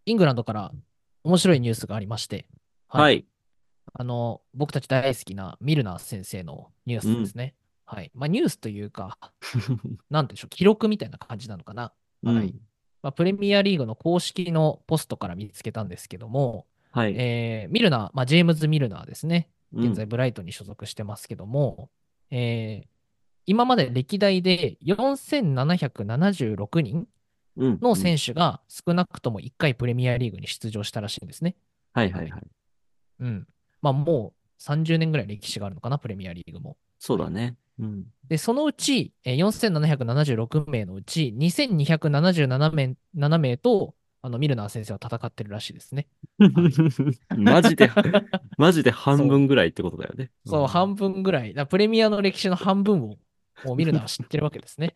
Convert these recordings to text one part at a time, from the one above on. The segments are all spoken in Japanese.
イングランドから面白いニュースがありまして、はい。 はい。 僕たち大好きなミルナー先生のニューうん。 スですね。はい。まあ、ニュースというか、なんでしょう、記録みたいな感じなのかな。はい。 うん。 まあ、プレミアリーグの公式のポストから見つけたんですけども、 はい。 ミルナー、まあ、ジェームズ・ミルナーですね。 うん。 現在、ブライトンに所属してますけども、えー今まで歴代で4776人うん。 のうん。 選手が少なくとも1回プレミアリーグに出場したらしいんですね。はい。 はいはいはい。 うん。まあもう30年ぐらい歴史があるのかな、プレミアリーグも。はい。 そうだね。うん。 で、そのうち、4776名のうち、2277名と、ミルナー先生は戦ってるらしいですね。はい。 マジで、マジで半そう。 分ぐらいってことだよね。うそう、 ん。 半分ぐらい。プレミアの歴史の半分を、もうミルナーは知ってるわけですね。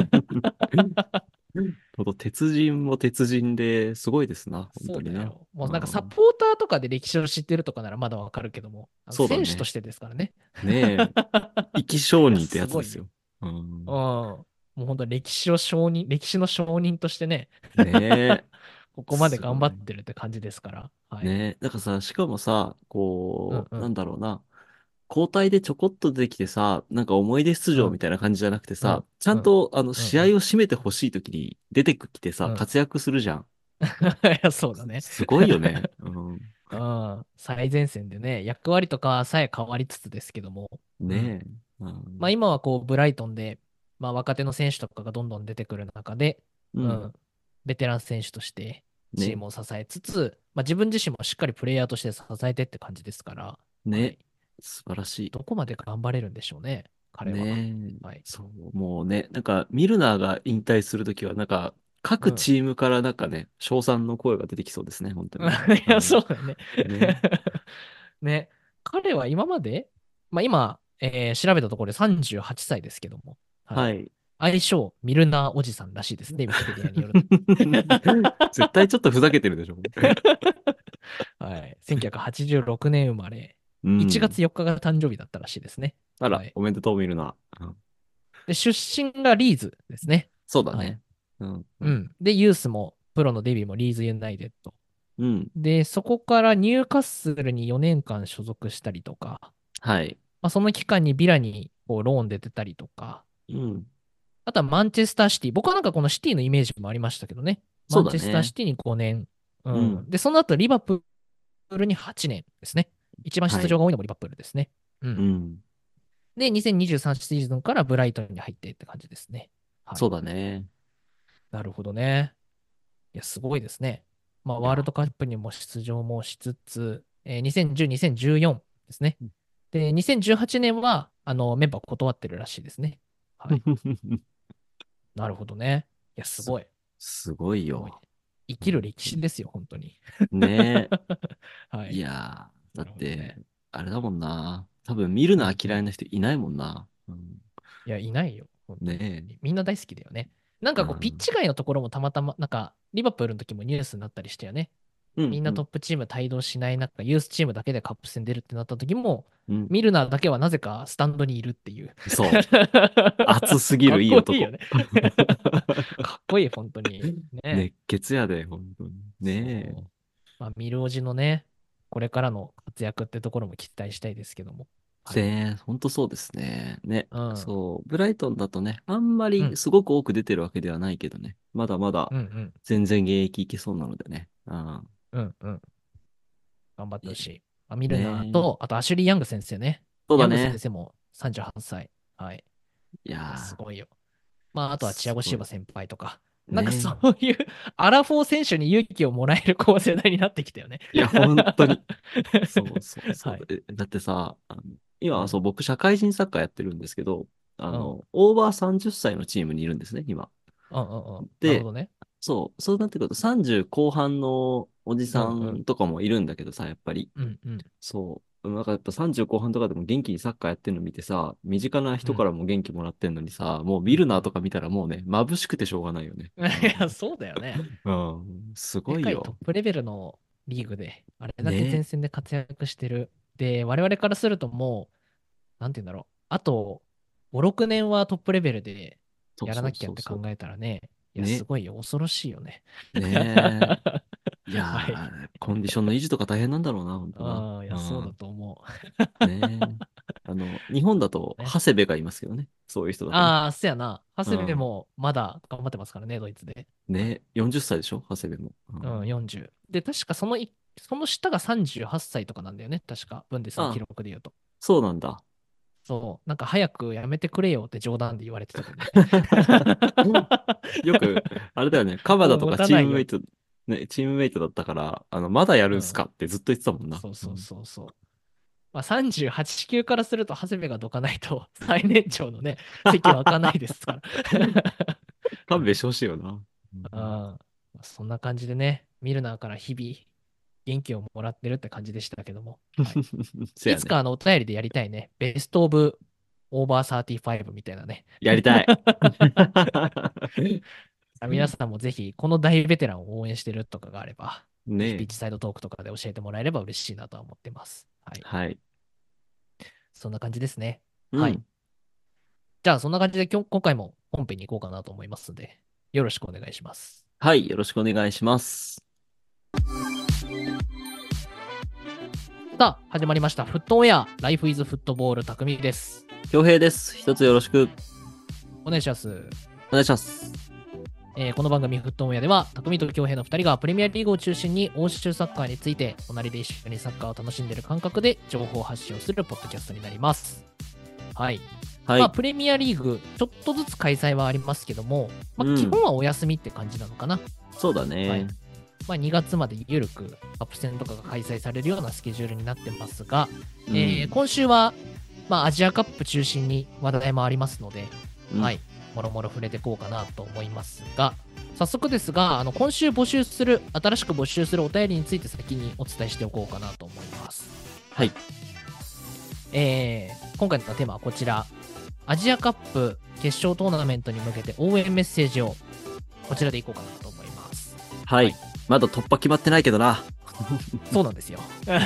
ほんと、鉄人も鉄人ですごいですな、本当にな。 そうだよ。もうなんかサうん、 ポーターとかで歴史を知ってるとかならまだわかるけども、 そうだね。 選手としてですからね。 ねえ、生き証いや、 人ってやすごいよ。 つですよ。ううん。 ん、 もう本当歴史の証人としてね、 ねえ、 ここまですごい。 頑張ってるって感じですから。はい。 ねえ、なんかさ、しかもさ、なんうんうん。 だろうな。交代でちょこっと出てきてさ、なんか思い出出場みうんたいな感じじゃなくてさ、 うんうん。 ちゃんとうんうん。 試合を締めてほしい時に出てきてさ、 うん。 活躍するじゃん。 いや、そうだね。 すごいよね。うん。 うん。最前線でね、役割とかさえ変わりつつですけども。うん。 ねえ。うん。 まあ今はこう、ブライトンで、まあ若手の選手とかがどんどん出てくる中で、 うん。 うん。ベテラン選手としてチーね。 ムを支えつつ、まあ自分自身もしっかりプレイヤーとして支えてって感じですから、はね。 い。 素晴らしい。 どこまで頑張れるんでしょうね、彼は。 ねえ。 はい。 そう、もうね、なんか、ミルナーが引退するときは、なんか、各うん。 チームからなんかね、称賛の声が出てきそうですね、本当にね。 いや、 うん。 そうだね。 ね。 ね。彼は今まで、まあ今、調べたところで38歳ですけども、はい。 はい。 愛称、ミルナーおじさんらしいですね、ウィキペディアによると。 絶対ちょっとふざけてるでしょ。 はい。1986年生まれ、1 うん。 月4日が誕生日だったらしいですね。 あら、 はい。 おめでとう、ミルナー。うん、 で、出身がリーズですね。はい。 そうだね。うん。うん。 うん。で、ユースも、プロのデビューもリーズユナイテッド。 うん。 で、そこからニューカッスルに4年間所属したりとか、 はい。 まあ、その期間にビラにこうローンで出たりとか、 うん。 あとはマンチェスターシティ。僕はなんかこのシティのイメージもありましたけどね。マンチェスターそうだね。 シティに5年。ううん。 ん。で、その後リバプールに8年ですね。一番はい。 出場が多いのもリバプールですね。うん。 うん。 で、2023シーズンからブライトンに入ってって感じですね。はそうい。 だね。 なるほどね。いや、すごいですね。まあ、 いや、 ワールドカップにも出場もしつつ、2010、2014ですね。で、2018年は、メンバー断ってるらしいですね。はい。なるほどね。いや、すす、 ごい。 すごいすごいね。 よ。 生きる本当に歴史ですよ、本当に。 ねえ。いはい。 やー、だなって、 るほどね。 あれだもんな。多分見るのはうんうん。 嫌いな人いないもんな。うん、 いや、いないよ、本当に。 ねみんな大好きだよね。なんえ。うかこう、ピッん。 チ外のところもたまたま、なんか、リバプールの時もニュースになったりしたよね。 うん、 みんなトッうん、 プチーム帯同しない中、ユースチームだけでカップ戦出るってなった時も、 うん。 ミルナーだけはなぜかスタンドにいるっていう。 そう。熱すぎかっるいい男。 こいいよね。かっこいい、本当に。ね。 熱血やで、本当に。ねそう。まあ、ミルオジのね、これからの活躍ってところも期待したいですけども。はい。 え。ねえ、本当そうですね。ね。 うん。 そう。ブライトンだとね、あんまうん。 りすごく多く出てるわけではないけどね。まだまだうん。うん。 全然現役いけそうなのでね。うん。 うん。うん。頑張ってほしい。まあ、ミルナーねえ。 と、あとアシュリー・ヤング先生ね。ヤング先そうだね。 生も38歳。はい。 いいや、すやごいよ。まあ、あー、 とはチアゴ・すごい。 シウバ先輩とか。なんかそねういうアラフォー選手に勇気をもらえる高世代になってきたよね。 え。いや、本当に。そうそうそう。 はい。 だってさ、今はそう、 うん。 僕、社会人サッカーやってるんですけど、 うん。 オーバー30歳のチームにいるんですね、今。 うん。うん。うん。なるほで、 どね。 そうなってくると30後半のおじさうん。うん。 んとかもいるんだけどさ、やっぱり。 うん。うん。 そう。なんかやっぱ30後半とかでも元気にサッカーやってるの見てさ、身近なうん。 人からも元気もらってんのにさ、もううん。 見るなうん。 とか見たらもうね、眩しくてしょうがないよね。 いうん。 や、そうだよね。 うん。すご世界トッいよ。 プレベルのリーグで、あれだけ前ね。 線で活躍してる。で、我々からするともう、なんて言うんだろう。あと、5、6年はトップレベルでそうそうやらなきゃそうそって考えたらね、いう。 や、すね。 ごいよ。恐ろしいよね。 ねえ。いンディションの維持とか大変なんだろうな、本当な。 ああ、いや、そうだと思ねえ。日本だと、 う。ね。 長谷部がいますけどね。そういう人だとね。 ああ、せやな。長谷部うん。 もまだ頑張ってますからね、ドイツで。はい。 ね、40歳でしょ長谷部も。 うん、40。で、確かその下が38歳とかなんだよね。確か、ブンデスの記あ、 録で言うと。 そうなんだ。 そう、なんか早くやめてくれよって冗談で言われてたけどね。 よく、あれだよね。鎌田もう持とかたないよ。 チームメイトだったから、まだやるんすうん。 かってずっと言ってたもんな。 そうそううん、 そうそう。まあ、38級からすると、長谷部がどかないと、最年長のね、席は開かないですから。 勘弁してほしいよな。うん、 ああ、そんな感じでね、ミルナーから日々元気をもらってるって感じでしたけども。はい。 せやね。 いつかお便りでやりたいね。ベストオブオーバー35みたいなね。 やりたい。 皆さんもぜひ、この大ベテランを応援してるとかがあれば、ぜひピッねえ。 チサイドトークとかで教えてもらえれば嬉しいなとは思ってます。はい。 はい。 そんな感じですね。はい。 うん。 じゃあ、そんな感じで今回も本編に行こうかなと思いますので、よろしくお願いします。 はい。よろしくお願いします。 さあ、始まりました。フットウェア、Life is Football 匠です。 恭平です。一つよろしくお願いします。 お願いします。 この番組フットウェアでは、匠と恭平の2人がプレミアリーグを中心に欧州サッカーについて、隣で一緒にサッカーを楽しんでいる感覚で情報発信をするポッドキャストになります。はい。 はい。 まあ、プレミアリーグ、ちょっとずつ開催はありますけども、まあ、基うん。 本はお休みって感じなのかな。 そうだはい。 ね。 まあ、2月まで緩くカップ戦とかが開催されるようなスケジュールになってますが、 うん。 今週は、まあ、アジアカップ中心に話題もありますので、 うん。 はい、もろもろ触れていこうかなと思いますが、早速ですが、今週新しく募集するお便りについて先にお伝えしておこうかなと思います。はい。 はい。 今回のテーマはこちら。アジアカップ決勝トーナメントに向けて応援メッセージをこちらでいこうかなと思います。 はい。 はい。 まだ突破決まってないけどな。 そうなんですよ。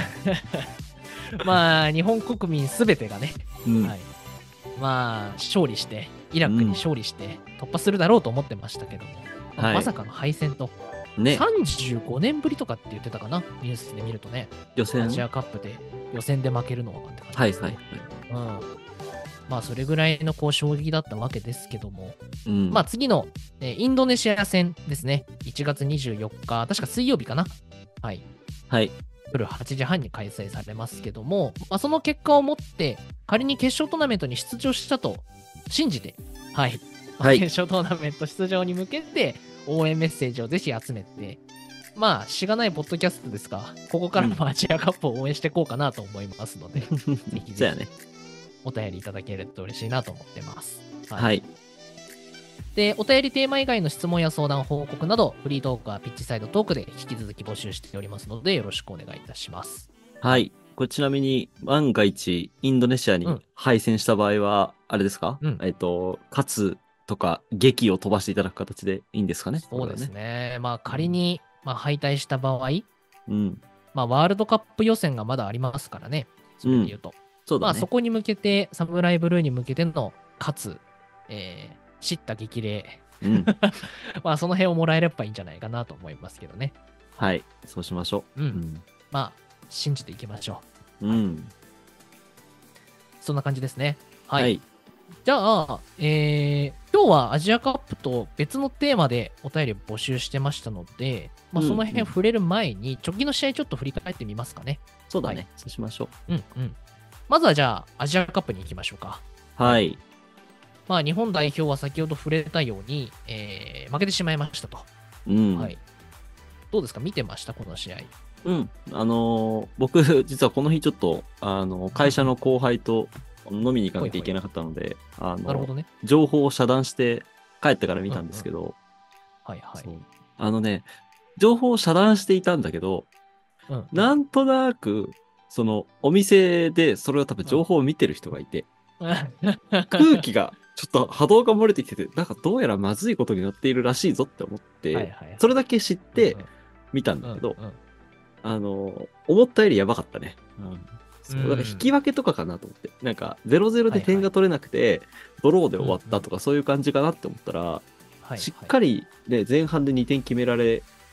まあ、日本国民すべてがね、 うん。 はい。まあ、勝利して、イラクにうん。 勝利して突破するだろうと思ってましたけども、 はい。 まさかの敗戦と、 ね。 35年ぶりとかって言ってたかな、ニュースで見るとね、 予選。 アジアカップで予選で負けるのはって感じはいはいはい。 ですね。うん。まあ、それぐらいの衝撃だったわけですけども、 うん。 まあ、次の、インドネシア戦ですね、1月24日、確か水曜日かな。はい。 はい。 夜8時半に開催されますけども、まあ、その結果をもって、仮に決勝トーナメントに出場したと信じて、はい。 はい。 決勝トーナメント出場に向けて、応援メッセージをぜひ集めて、まあ、しがないポッドキャストですが、ここからもアジアカップを応援していこうかなと思いますので、ぜひぜひそうやね。 お便りいただけると嬉しいなと思ってます。はい。 はい。 で、お便りテーマ以外の質問や相談、報告など、フリートークはピッチサイドトークで引き続き募集しておりますので、よろしくお願いいたします。はい。 はい。これちなみに、万が一、インドネシアにうん。 敗戦した場合は、あれですか？ うん。 勝つとか、劇を飛ばしていただく形でいいんですかね？こそうですれはね。 ね。まあ、仮に、まあ、敗退した場合、 うん。 まあ、ワールドカップ予選がまだありますからね。そうん。 れで言うと。まあ、そそうだね。 こに向けて、サムライブルーに向けての、かつ、叱咤激励。 うん。 まあ、その辺をもらえればいいんじゃないかなと思いますけどね。はい。 はい。そうしましょう。ううん。 ん。 まあ、信じていきましょう。はい。 うん。 そんな感じですね。はい。 はい。 じゃあ、今日はアジアカップと別のテーマでお便り募集してましたので、まあ、そのうん。うん。 辺触れる前に、直近の試合ちょっと振り返ってみますかね。はい。 そうだね。そうしましょうんうん。まずはじゃあ、アジアカップに行きましょうか。 う。 はい。 はい。 まあ、日本代表は先ほど触れたように、負けてしまいましたと。 うん。 はい。どうですか？見てましたこの試合。 うん。僕、実はこの日ちょっと、会社のうんうん。 後輩と飲みに行かほいほい。 なきゃいけなかったので、 なるほどね。 情報を遮断して帰ってから見たんでうんうん。 すけど、 はいはい。 そう。情報を遮断していたんだけど、 うんうん。 なんとなく、お店でそれを多分うん。 情報を見てる人がいて、空は気が、ちょっと波動が漏れてきてて、なんかどうやらまずいことになっているらしいぞって思っいはいて、 はい。 それだけ知ってうんうん。 見たんうんだけど、 うん。 思ったよりやばかったね。うん。 うそう、だから引きん。 分けとかかなと思って。なんか、0-0ではいはい。 点が取れなくて、ドローで終わっうんうん。 たとかそういう感じかなって思ったら、しっはいはい。 かりね、前半で2点決められ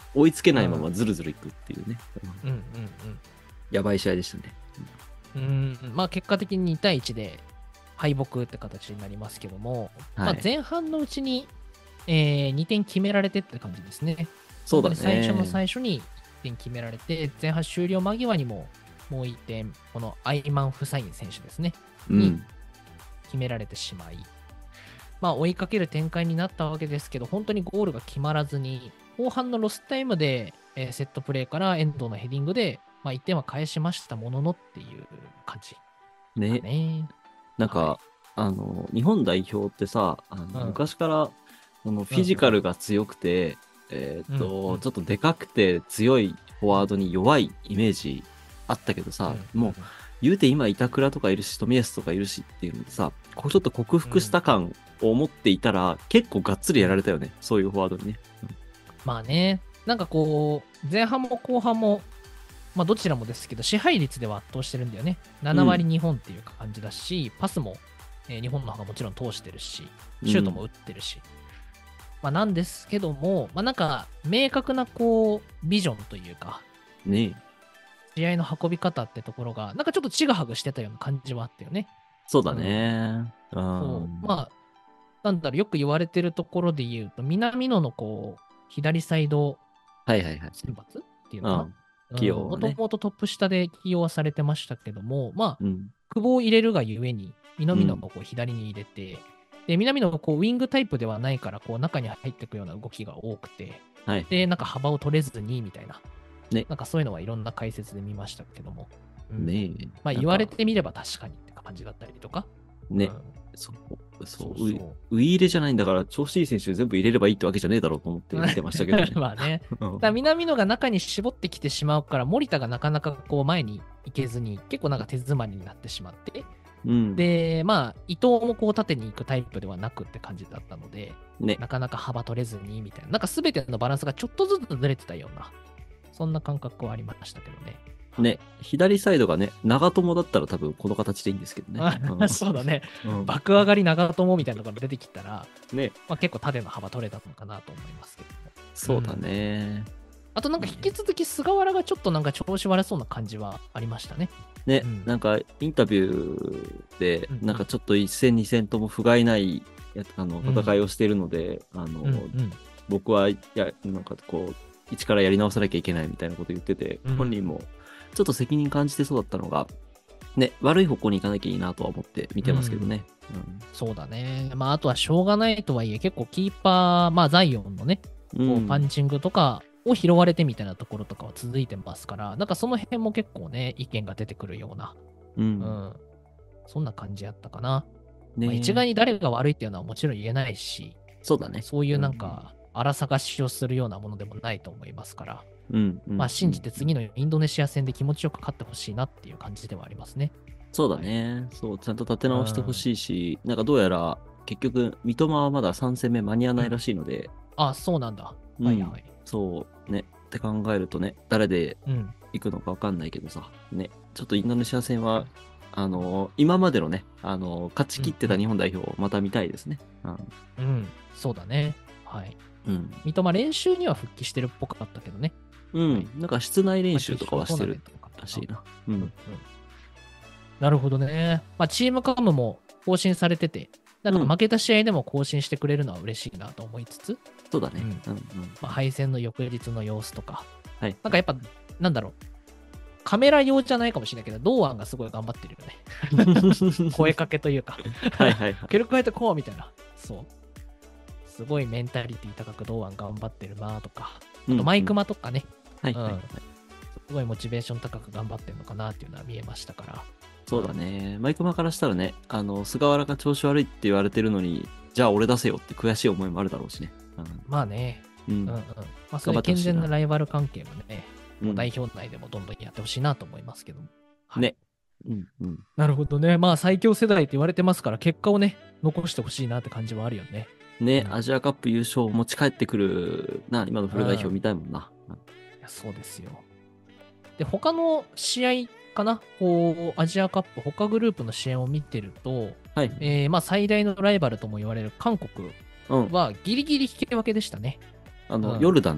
追いつけないままずるずるいくっていうね。 うんうんやばい試合でしたね。 うん。まあ結果的に2対1で敗北って形になりますけども、まあはい。 前半のうちに、2点決められてって感じですね。 そうだ本当に最初のね。 最初に1点決められて、前半終了間際にももう1点、このアイマン・フサイン選手ですね、にうん。 決められてしまい、まあ追いかける展開になったわけですけど、本当にゴールが決まらずに、後半のロスタイムで、セットプレーから遠藤のヘディングで、まあ、1点は返しましたもののっていう感じだね。 ね。 なんか、 はい。 日本代表ってさ、 うん。 昔から、フうんィジカルが強くて、 うん。うん。 ちょっとでかくて強いフォワードに弱いイメージあったけどさ、 うん。 もう、言うて今、板倉とかいるし、冨安とかいるしっていうのでさ、ちょっと克服しうん。 た感を持っていたら、結構がっつりうん。 やられたよね。そういうフォワードにね。 まあね、なんかこう、前半も後半も、まあどちらもですけど、支配率では圧倒してるんだよね。7割うん。 日本っていう感じだし、パスも、日本の方がもちろん通してるし、 うん。 シュートも打ってるし。まあなんですけども、まあなんか、明確なこう、ビジョンというか、 ねえ。 試合の運び方ってところが、なんかちょっとちぐはぐしてたような感じはあったよね。 そうだうん。 ね。うそう。 ん。 まあ、なんだろう、よく言われてるところで言うと、南野のこう、左サイドはいはいはい。 選抜っていうのかな。 うん。 うん、 器用はね。 もともとトップ下で起用はされてましたけども、まあ、 うん。 久保を入れるがゆえに、南野をうん。 こう左に入れて、で、南野がこうウィングタイプではないから、こう中に入っていくような動きが多くて、 はい。 で、なんか幅を取れずに、みたいな、 ね。 なんかそういうのはいろんな解説で見ましたけども、うん。 ねえ。 まあ言われなんか、 てみれば確かにって感じだったりとか、うね。 ん。 そう、そう、 そうそう。 ウイイレじゃないんだから、調子いい選手全部入れればいいってわけじゃねえだろうと思って見てましたけどね。 まあね。 うだからん。 南野が中に絞ってきてしまうから、森田がなかなかこう前に行けずに、結構なんか手詰まりになってしまって、 うん。 で、まあ、伊藤もこう縦に行くタイプではなくって感じだったので、 ね。 なかなか幅取れずに、みたいな。なんか全てのバランスがちょっとずつずれてたような、そんな感覚はありましたけどね。はい。 ね。左サイドがね、長友だったら多分この形でいいんですけどね。 そうだね。 うん。うん。 爆上がり長友みたいなのが出てきたら、 ね。 まあ、結構縦の幅取れたのかなと思いますけども。うそうだん。 ね。 あとなんか引き続き菅原がちょっとなんか調子悪そうな感じはありましたね。うね。 ん。 なんか、インタビューで、 うんうん。 なんかちょっと一戦二戦とも不甲斐ない戦いうん。 をしているので、 うんうん。 僕は、なんかこう、一からやり直さなきゃいけないみたいなこと言ってて、 うん。 本人もちょっと責任感じてそうだったのが、ね、悪い方向に行かなきゃいいなとは思って見てますけどうん。 ね。 そうだね。まあ、あとはしょうがないとはいえ、結構キーパー、まあ、ザイオンのね、 うん。 こうパうん。 ンチングとかを拾われてみたいなところとかは続いてますから、なんかその辺も結構ね、意見が出てくるような、 うん。 うん、そんな感じやったかな。まあ、一概ねえ。 に誰が悪いっていうのはもちろん言えないし、 そうだね。 そういううん。 なんか、荒探しをするようなものでもないと思いますから、 うん。うん。 まあ、 うん。 信じて次のインドネシア戦で気持ちよく勝ってほしいなっていう感じではありますね。 そうだはい。 ね。そう、ちゃんと立てう直してほん。 しいし、なんかどうやら、結局、三笘はまだ3戦目間に合わないらうん。 しいので、 あ、そうなんだ。 うん。 はいはい。 そうね。って考えるとね、誰でうん。 行くのかわかんないけどさ、ね。ちょっとインドネシア戦は、今までのね、勝ちうん。うん。 切ってた日本代表をまた見たいですね。 うん。そうだね。はい。 うん。 三笘練習には復帰してるっぽかったけどね。はい。 うん。なんか室内練まあ、 習とか決勝トーはしてるナメントとかかな。 らしいな。ううんうん。 ん。 なるほどね。まあ、チームカムも更新されてて、なんうん。 か負けた試合でも更新してくれるのは嬉しいなと思いつつ、 そうだね。 うん。 うんうん。 まあ、敗戦の翌日の様子とか、 はい。 なんかやっぱ、なんだろう。カメラ用じゃないかもしれないけど、堂安がすごい頑張ってるよね。声かけというかはいはいはい。 ケル変えてこうみたいな。そう。すごいメンタリティ高く堂安頑張ってるなとか、あとマイクうんうん。 マとかね、 はいはいはい。 うん。すごいモチベーション高く頑張ってるのかなっていうのは見えましたから。 そうだうん。 ね。マイクマからしたらね、菅原が調子悪いって言われてるのに、じゃあ俺出せよって悔しい思いもあるだろうしね。 まあね。 うん。うん。 うんうん。まあそう頑張いう健全なってほしいな。 ライバル関係もね、こううん。 代表内でもどんどんやってほしいなと思いますけども。はい。 ね。うんうん。 なるほどね。まあ最強世代って言われてますから、結果をね、残してほしいなって感じはあるよね。うね、 ん。 アジアカップ優勝を持ち帰ってくるな、今のフル代表うん。 見たいもんな。 いやそうですよ。で、他の試合かなこう、アジアカップ、他グループの試合を見てると、 はい。 まあ最大のライバルとも言われる韓国うん。 はギリギリ引き分けでしたね。うん。 ヨルダンだっけ？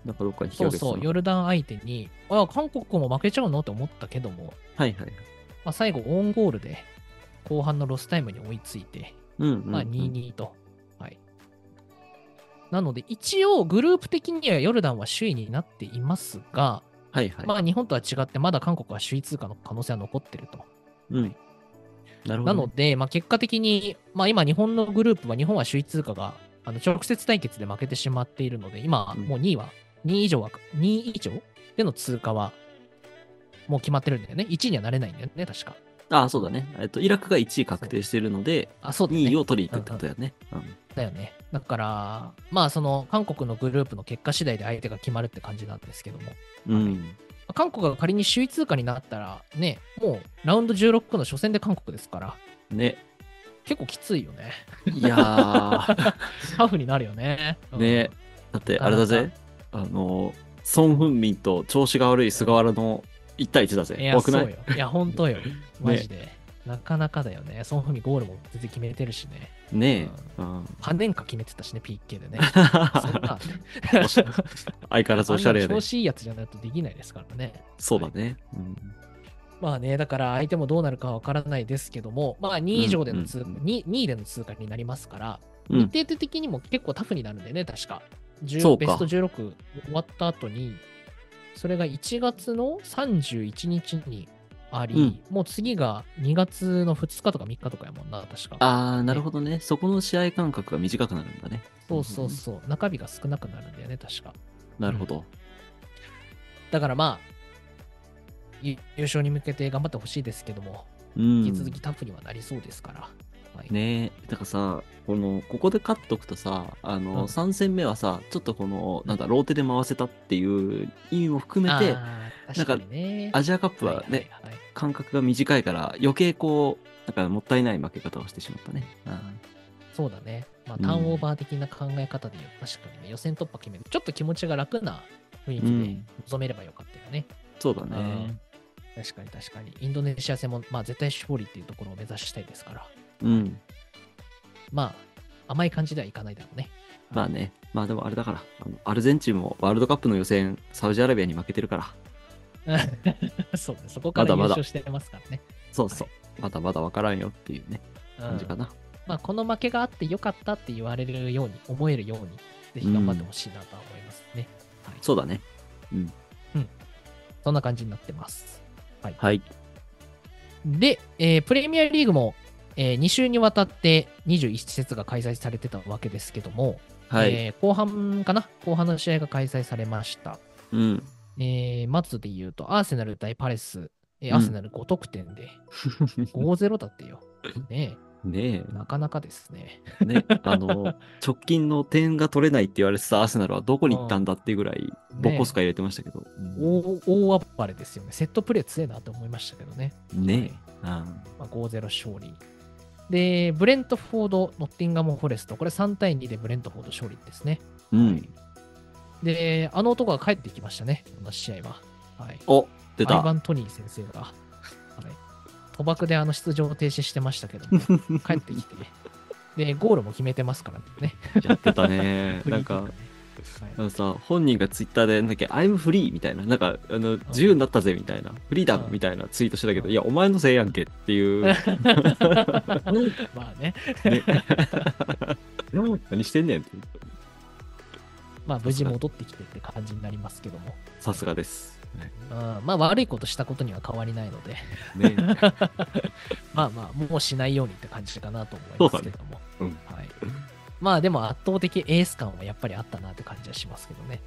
なんかどっかに引きそうそう、 分けてたの。 ヨルダン相手に、韓国も負けちゃうのって思ったけども、 はいはい。 まあ、最後、オウンゴールで後半のロスタイムに追いついて、 うんうん、うん。 まあ、2-2と。はい。なので、一応、グループ的にはヨルダンは首位になっていますが、 はいはい。 まあ、日本とは違って、まだ韓国は首位通過の可能性は残ってると。 うん。なるほど、ね。 なので、まあ、結果的に、まあ、今、日本のグループは、日本は首位通過が直接対決で負けてしまっているので、今、もう2位は、2位以上は、2位以上での通過は、もう決まってるんだよね。1位にはなれないんだよね、確か。 ああ、そうだね。イラクが1位確定してるので、 そうだね、 2位を取りに行くってことだよね。 だよね。だから、まあ、その、韓国のグループの結果次第で相手が決まるって感じなんですけども。 うん。 韓国が仮に首位通過になったら、ね、もうラウンド16の初戦で韓国ですから、 ね。 結構きついよね。 いやー。 タフになるよね。 ね。だって、あれだぜ。ソン・フンミンと調子が悪い菅原の1対1だぜ。怖くない？ そうよ。いや、ほんとよ。マジで。なかなかだよね。ソン・フンミンゴールも全然決めてるしね。 ねえ。 パネンカ決めてたしね、PK でね。そんな相変わらずおしゃれで。 調子いいやつじゃないとできないですからね。 そうだね。 まあね、だから相手もどうなるかわからないですけども、まあ2位以上での通過、2位での通過になりますから、日程的にも結構タフになるんだよね、確か。ベスト16終わった後に、それが1月の31日にあり、もう次が2月の2日とか3日とかやもんな、確か。 ああ、なるほどね。そこの試合間隔が短くなるんだね。 そうそうそう。中日が少なくなるんだよね、確か。 なるほど。 だからまあ、優勝に向けて頑張ってほしいですけども、引き続きタフにはなりそうですから。 ねえ、だからさ、ここで勝っとくとさ、3戦目はさ、ちょっとなんだ、ローテで回せたっていう意味も含めて、なんか、アジアカップはね、間隔が短いから、余計なんかもったいない負け方をしてしまったね。 そうだね。まあ、ターンオーバー的な考え方で言うと、確かにね、予選突破決める。ちょっと気持ちが楽な雰囲気で臨めればよかったよね。 そうだね。 確かに確かに。インドネシア戦も、まあ絶対勝利っていうところを目指したいですから。まあ、甘い感じではいかないだろうね。 まあね。まあでもあれだから、アルゼンチンもワールドカップの予選、サウジアラビアに負けてるから。 そうね。そこから優勝してますからね。 そうそう。まだまだ分からんよっていうね、感じかな。 まあ、この負けがあってよかったって言われるように、思えるように、ぜひ頑張ってほしいなとは思いますね。 そうだね。 そんな感じになってます。 はい。 で、プレミアリーグも、2週にわたって21節が開催されてたわけですけども、後半の試合が開催されました。まずで言うと、アーセナル対パレス、アーセナル5得点で5-0だってよ。ねえ。なかなかですね。 直近の点が取れないって言われてたアーセナルはどこに行ったんだっていうぐらい、ボコスカ入れてましたけど。 大暴れですよね。セットプレー強いなと思いましたけどね。5-0勝利。で、ブレントフォード、ノッティンガム・フォレスト。これ3対2でブレントフォード勝利ですね。で、あの男が帰ってきましたね。この試合は。 お、出た。 アイバン・トニー先生が。賭博で出場停止してましたけども、帰ってきて、で、ゴールも決めてますからね。 やってたね。なんか、さ、本人がツイッターで、なんだっけ、I'm free みたいな、なんか、自由になったぜみたいな、フリーダムみたいなツイートしてたけど、いや、お前のせいやんけっていう。 まあね。 何してんねんって。 まあ、無事戻ってきてって感じになりますけども。 さすがです。 まあ悪いことしたことには変わりないのでまあまあもうしないようにって感じかなと思いますけども、まあでも圧倒的エース感はやっぱりあったなって感じはしますけどね。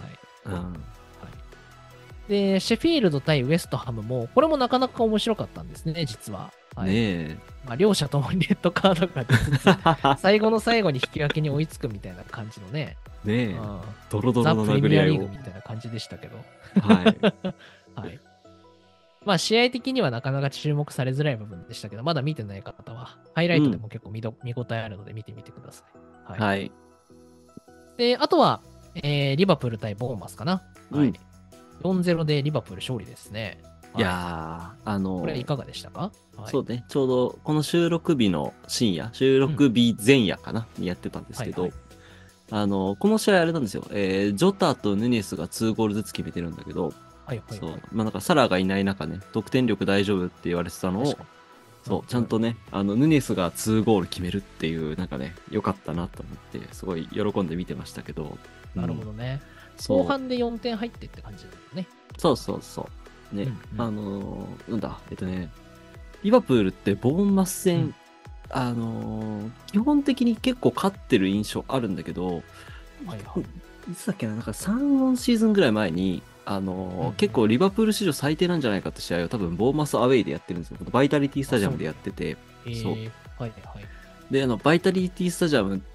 でシェフィールド対ウエストハムもこれもなかなか面白かったんですね、実は。まあ、両者ともにレッドカードが出つつ最後の最後に引き分けに追いつくみたいな感じのね。 ドロドロの殴り合いを。 ザ・プレミアリーグみたいな感じでしたけど。まあ試合的にはなかなか注目されづらい部分でしたけど、まだ見てない方は、ハイライトでも結構見応えあるので見てみてください。で、あとは、リバプール対ボーンマスかな。4-0でリバプール勝利ですね。 いやこれいかがでしたか？ そうね、ちょうどこの収録日の深夜、収録日前夜かな、にやってたんですけど、 この試合あれなんですよ。ジョタとヌニェスが2ゴールずつ決めてるんだけど、 はいはいそう。 はい。 まあなんかサラがいない中ね、得点力大丈夫って言われてたのを、 確かに。 そう、ちゃんとね、ヌニェスが2ゴール決めるっていう、なんかね、良かったなと思って、すごい喜んで見てましたけど。 なるほどね。 そう。 後半で4点入ってって感じだよね。 そうそうそう。ね、なんだ、リバプールってボーンマス戦、基本的に結構勝ってる印象あるんだけど、 はいはい。 いつだっけな、なんか3、4シーズンぐらい前に、結構リバプール史上最低なんじゃないかって試合を多分ボーマスアウェイでやってるんですよ。バイタリティスタジアムでやってて。 そう。はいはい。 で、バイタリティスタジアムって、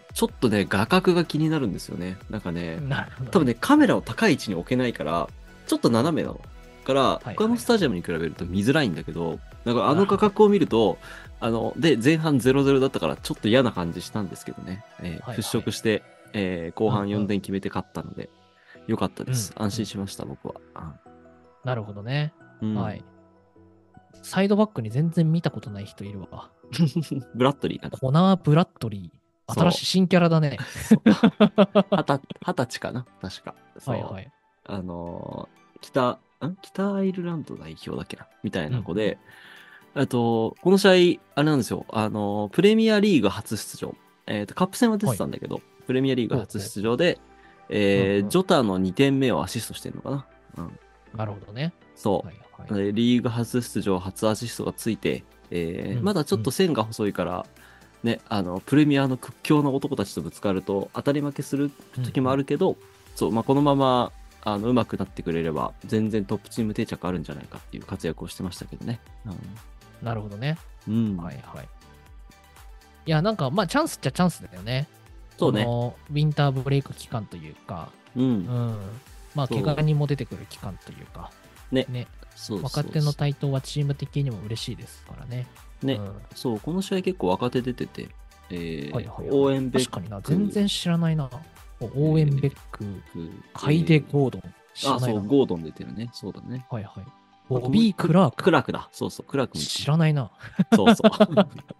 ちょっとね、画角が気になるんですよね。なんかね、多分ね、カメラを高い位置に置けないから、ちょっと斜めなの。から、他のスタジアムに比べると見づらいんだけど、なんか画角を見ると、で、前半0-0だったから、ちょっと嫌な感じしたんですけどね。払拭して、後半4点決めて勝ったので、よかったです。安心しました、僕は。 なるほどね。はい。サイドバックに全然見たことない人いるわ。 ブラッドリーかな。 コナー・ブラッドリー。新しい新キャラだね。 20歳かな確か。 はいはい。 北アイルランド代表だっけなみたいな子で、この試合、あれなんですよ。プレミアリーグ初出場。カップ戦は出てたんだけど、プレミアリーグ初出場で、ジョタの2点目をアシストしてるのかな。 なるほどね。 そう。リーグ初出場、初アシストがついて、まだちょっと線が細いから、ね、プレミアの屈強な男たちとぶつかると当たり負けする時もあるけど、そう、まあ、このまま、うまくなってくれれば、全然トップチーム定着あるんじゃないかっていう活躍をしてましたけどね。 なるほどね。 はいはい。いや、なんか、まあ、チャンスっちゃチャンスだよね。 そうね。 ウィンターブレイク期間というか、まあ、怪我人も出てくる期間というか、 ね。 若手の台頭はチーム的にも嬉しいですからね。 ね、そう、この試合結構若手出てて、オーエンベック。 確かにな、全然知らないな。オーエンベック、カイデ・ゴードン。 そう、ゴードン出てるね。そうだね。 はいはい。ボビー・クラーク。 クラークだ。そうそう、クラークも。 知らないな。 そうそう。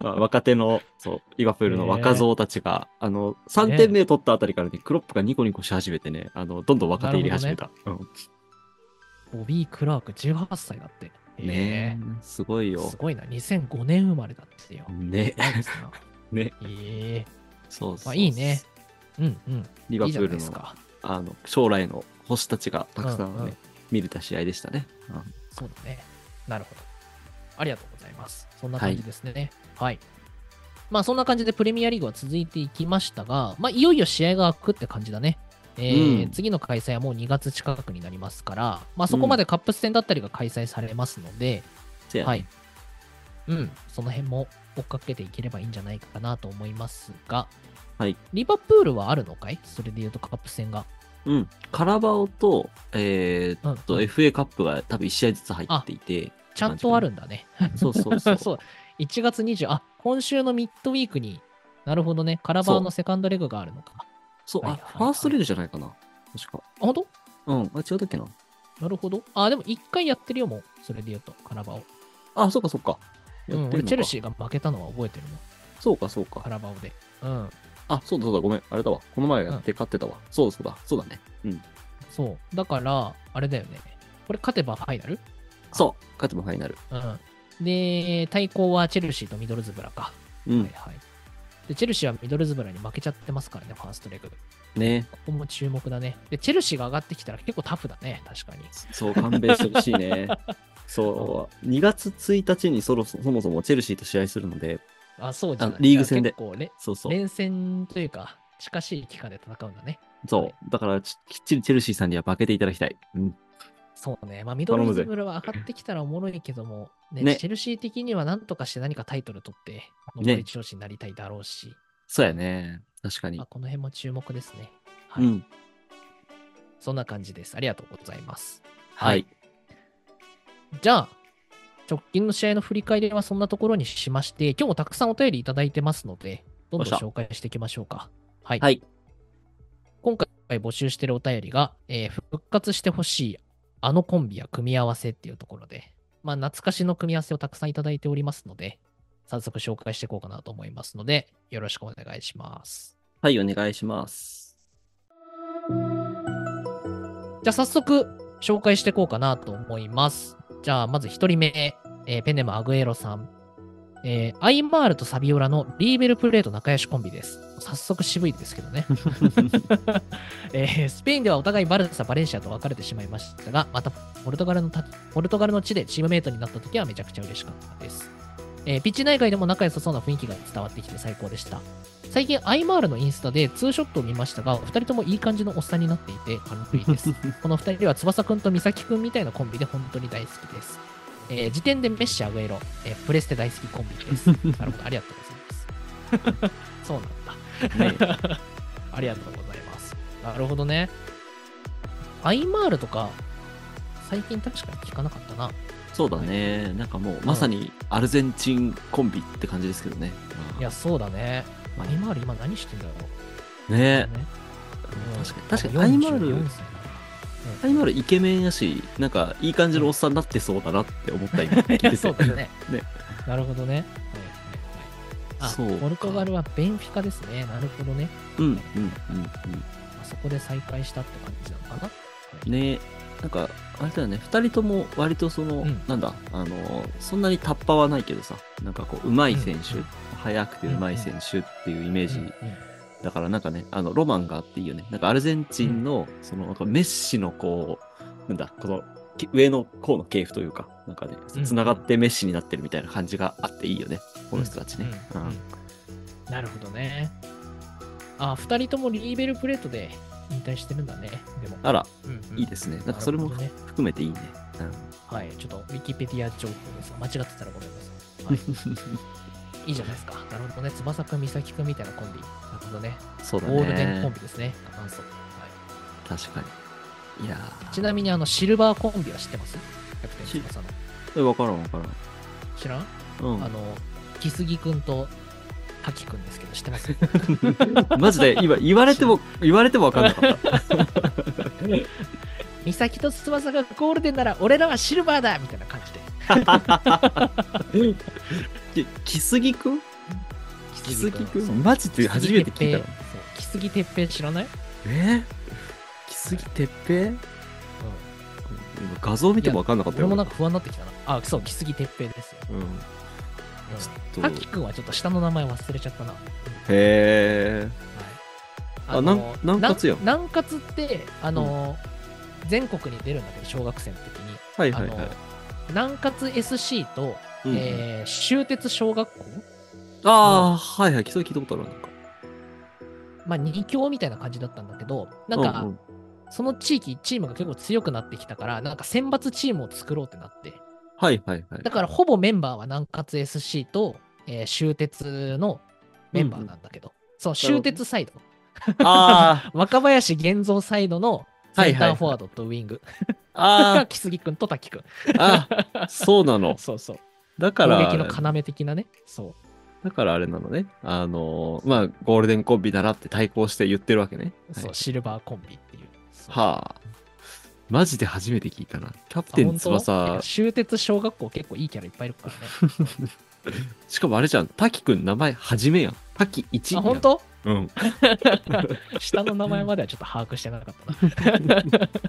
若手の、そう、リバプールの若造たちが、3点目取ったあたりからね、クロップがニコニコし始めてね、どんどん若手入れ始めた。 ボビー・クラーク、18歳だって。 ねえ、すごいよ。 すごいな。2005年生まれだってよ。 ね。ね。 そうそう。まあいいね。 リバプールの、将来の星たちがたくさんね、見れた試合でしたね。 そうだね。なるほど。ありがとうございます。そんな感じですね。はい。まあそんな感じでプレミアリーグは続いていきましたが、まあいよいよ試合が開くって感じだね。次の開催はもう2月近くになりますから、まあそこまでカップ戦だったりが開催されますので、はい。その辺も追っかけていければいいんじゃないかなと思いますが、 はい。 リバプールはあるのかい？それで言うとカップ戦が。 カラバオと、FA カップが多分1試合ずつ入っていて。 ちゃんとあるんだね。 そう。 1月20、今週のミッドウィークになるほどね。カラバオのセカンドレグがあるのか。 そう、ファーストレグじゃないかな。確か。 本当？ 違うだっけな。 なるほど。でも1回やってるよ、もう。それで言うと、カラバオ。 そっか。 俺、チェルシーが負けたのは覚えてるの。 そうか。 カラバオで。 そうだ、ごめん。あれだわ。この前やって勝ってたわ。そうだね。 そう。だから、あれだよね。これ勝てばファイナル？ そう。勝てばファイナル。 で、対抗はチェルシーとミドルズブラか。で、チェルシーはミドルズブラに負けちゃってますからね、ファーストレグ。 ね。 ここも注目だね。で、チェルシーが上がってきたら結構タフだね、確かに。 そう、勘弁してほしいね。そう、2月1日にそもそもチェルシーと試合するので、 そうじゃん。 リーグ戦で。 結構ね、連戦というか、近しい期間で戦うんだね。 そう。だから、きっちりチェルシーさんには負けていただきたい。 そうね。まあ、ミドルズブラは上がってきたらおもろいけども、ね、チェルシー的には何とかして何かタイトル取って、上り調子になりたいだろうし。 そうやね。確かに。 この辺も注目ですね。はい。そんな感じです。ありがとうございます。 はい。 じゃあ、直近の試合の振り返りはそんなところにしまして、今日もたくさんお便りいただいてますので、どんどん紹介していきましょうか。はい。今回募集しているお便りが、復活してほしいあのコンビや組み合わせっていうところで、まあ、懐かしの組み合わせをたくさんいただいておりますので、早速紹介していこうかなと思いますので、よろしくお願いします。 はい、お願いします。 じゃあ早速紹介していこうかなと思います。じゃあまず1人目、ペンネームアグエロさん。アイマールとサビオラのリーベルプレート仲良しコンビです。早速渋いですけどね。スペインではお互いバルサ、バレンシアと別れてしまいましたが、またポルトガルの地でチームメイトになった時はめちゃくちゃ嬉しかったです。ピッチ内外でも仲良さそうな雰囲気が伝わってきて最高でした。最近、アイマールのインスタでツーショットを見ましたが、2人ともいい感じのおっさんになっていて、かっこいいです。この2人は翼くんと美咲くんみたいなコンビで本当に大好きです。時点でメッシ、アグエロ、プレステ大好きコンビです。なるほど、ありがとうございます。そうなんだ。ね、ありがとうございます。なるほどね。アイマールとか、最近確かに聞かなかったな。 そうだね。なんかもう、まさにアルゼンチンコンビって感じですけどね。 いや、そうだね。アイマール今何してんだろう。 ねえ。確かに、アイマールイケメンやし、なんかいい感じのおっさんになってそうだなって思った今聞いてて。 そうだね。なるほどね。そう。ポルトガルはベンフィカですね。なるほどね。そこで再会したって感じなのかな。 ね、なんか、あれだよね、2人とも割とその、なんだ、そんなにタッパはないけどさ、なんかこう、上手い選手、速くて上手い選手っていうイメージ。だからなんかね、ロマンがあっていいよね。なんかアルゼンチンの、その、メッシのこう、なんだ、この、上の方の系譜というか、なんかね、繋がってメッシになってるみたいな感じがあっていいよね、この人たちね。 なるほどね。あ、2人ともリーベルプレートで引退してるんだね。でも。 あら、いいですね。なんかそれも含めていいね。 はい、ちょっとウィキペディア情報ですが、間違ってたらごめんなさい。いいじゃないですか。なるほどね。翼くん、美咲くんみたいなコンビ。なるほどね。 そうだね。 ゴールデンコンビですね。 確かに。いやちなみにシルバーコンビは知ってます？キャプテン翼の。 わからん。 知らん？木杉くんと滝くんですけど、知ってます？ マジで今言われてもわかんなかった。 美咲と翼がゴールデンなら俺らはシルバーだみたいな感じで。木杉くん？木杉くんマジで初めて聞いたの。 木杉哲平知らない？ 木杉哲平？画像見てもわかんなかったよ。 俺もなんか不安になってきたな。あ、そう、木杉哲平ですよ。滝くんはちょっと下の名前忘れちゃったな。 へー。南葛やん。 南葛って、全国に出るんだけど、小学生の時に。南葛 SC と、終鉄小学校。 はいはい、それ聞いたことある。なんか。 まあ、2強みたいな感じだったんだけど、なんか、その地域、チームが結構強くなってきたから、なんか選抜チームを作ろうってなって。だから、ほぼメンバーは南葛 SC と、終鉄のメンバーなんだけど、そう、終鉄サイド。若林源三サイドのセンターフォワードとウィング。木杉くんと滝くん。 そうなの。 そうそう。 だから、 攻撃の要的なね。そう。 だからあれなのね。まあ、ゴールデンコンビだなって対抗して言ってるわけね。 そう、シルバーコンビっていう。 はあ。マジで初めて聞いたな。キャプテン翼。 終鉄小学校結構いいキャラいっぱいいるからね。 しかもあれじゃん。滝くん名前はじめやん。滝1やん。 本当？ うん。 下の名前まではちょっと把握してなかったな。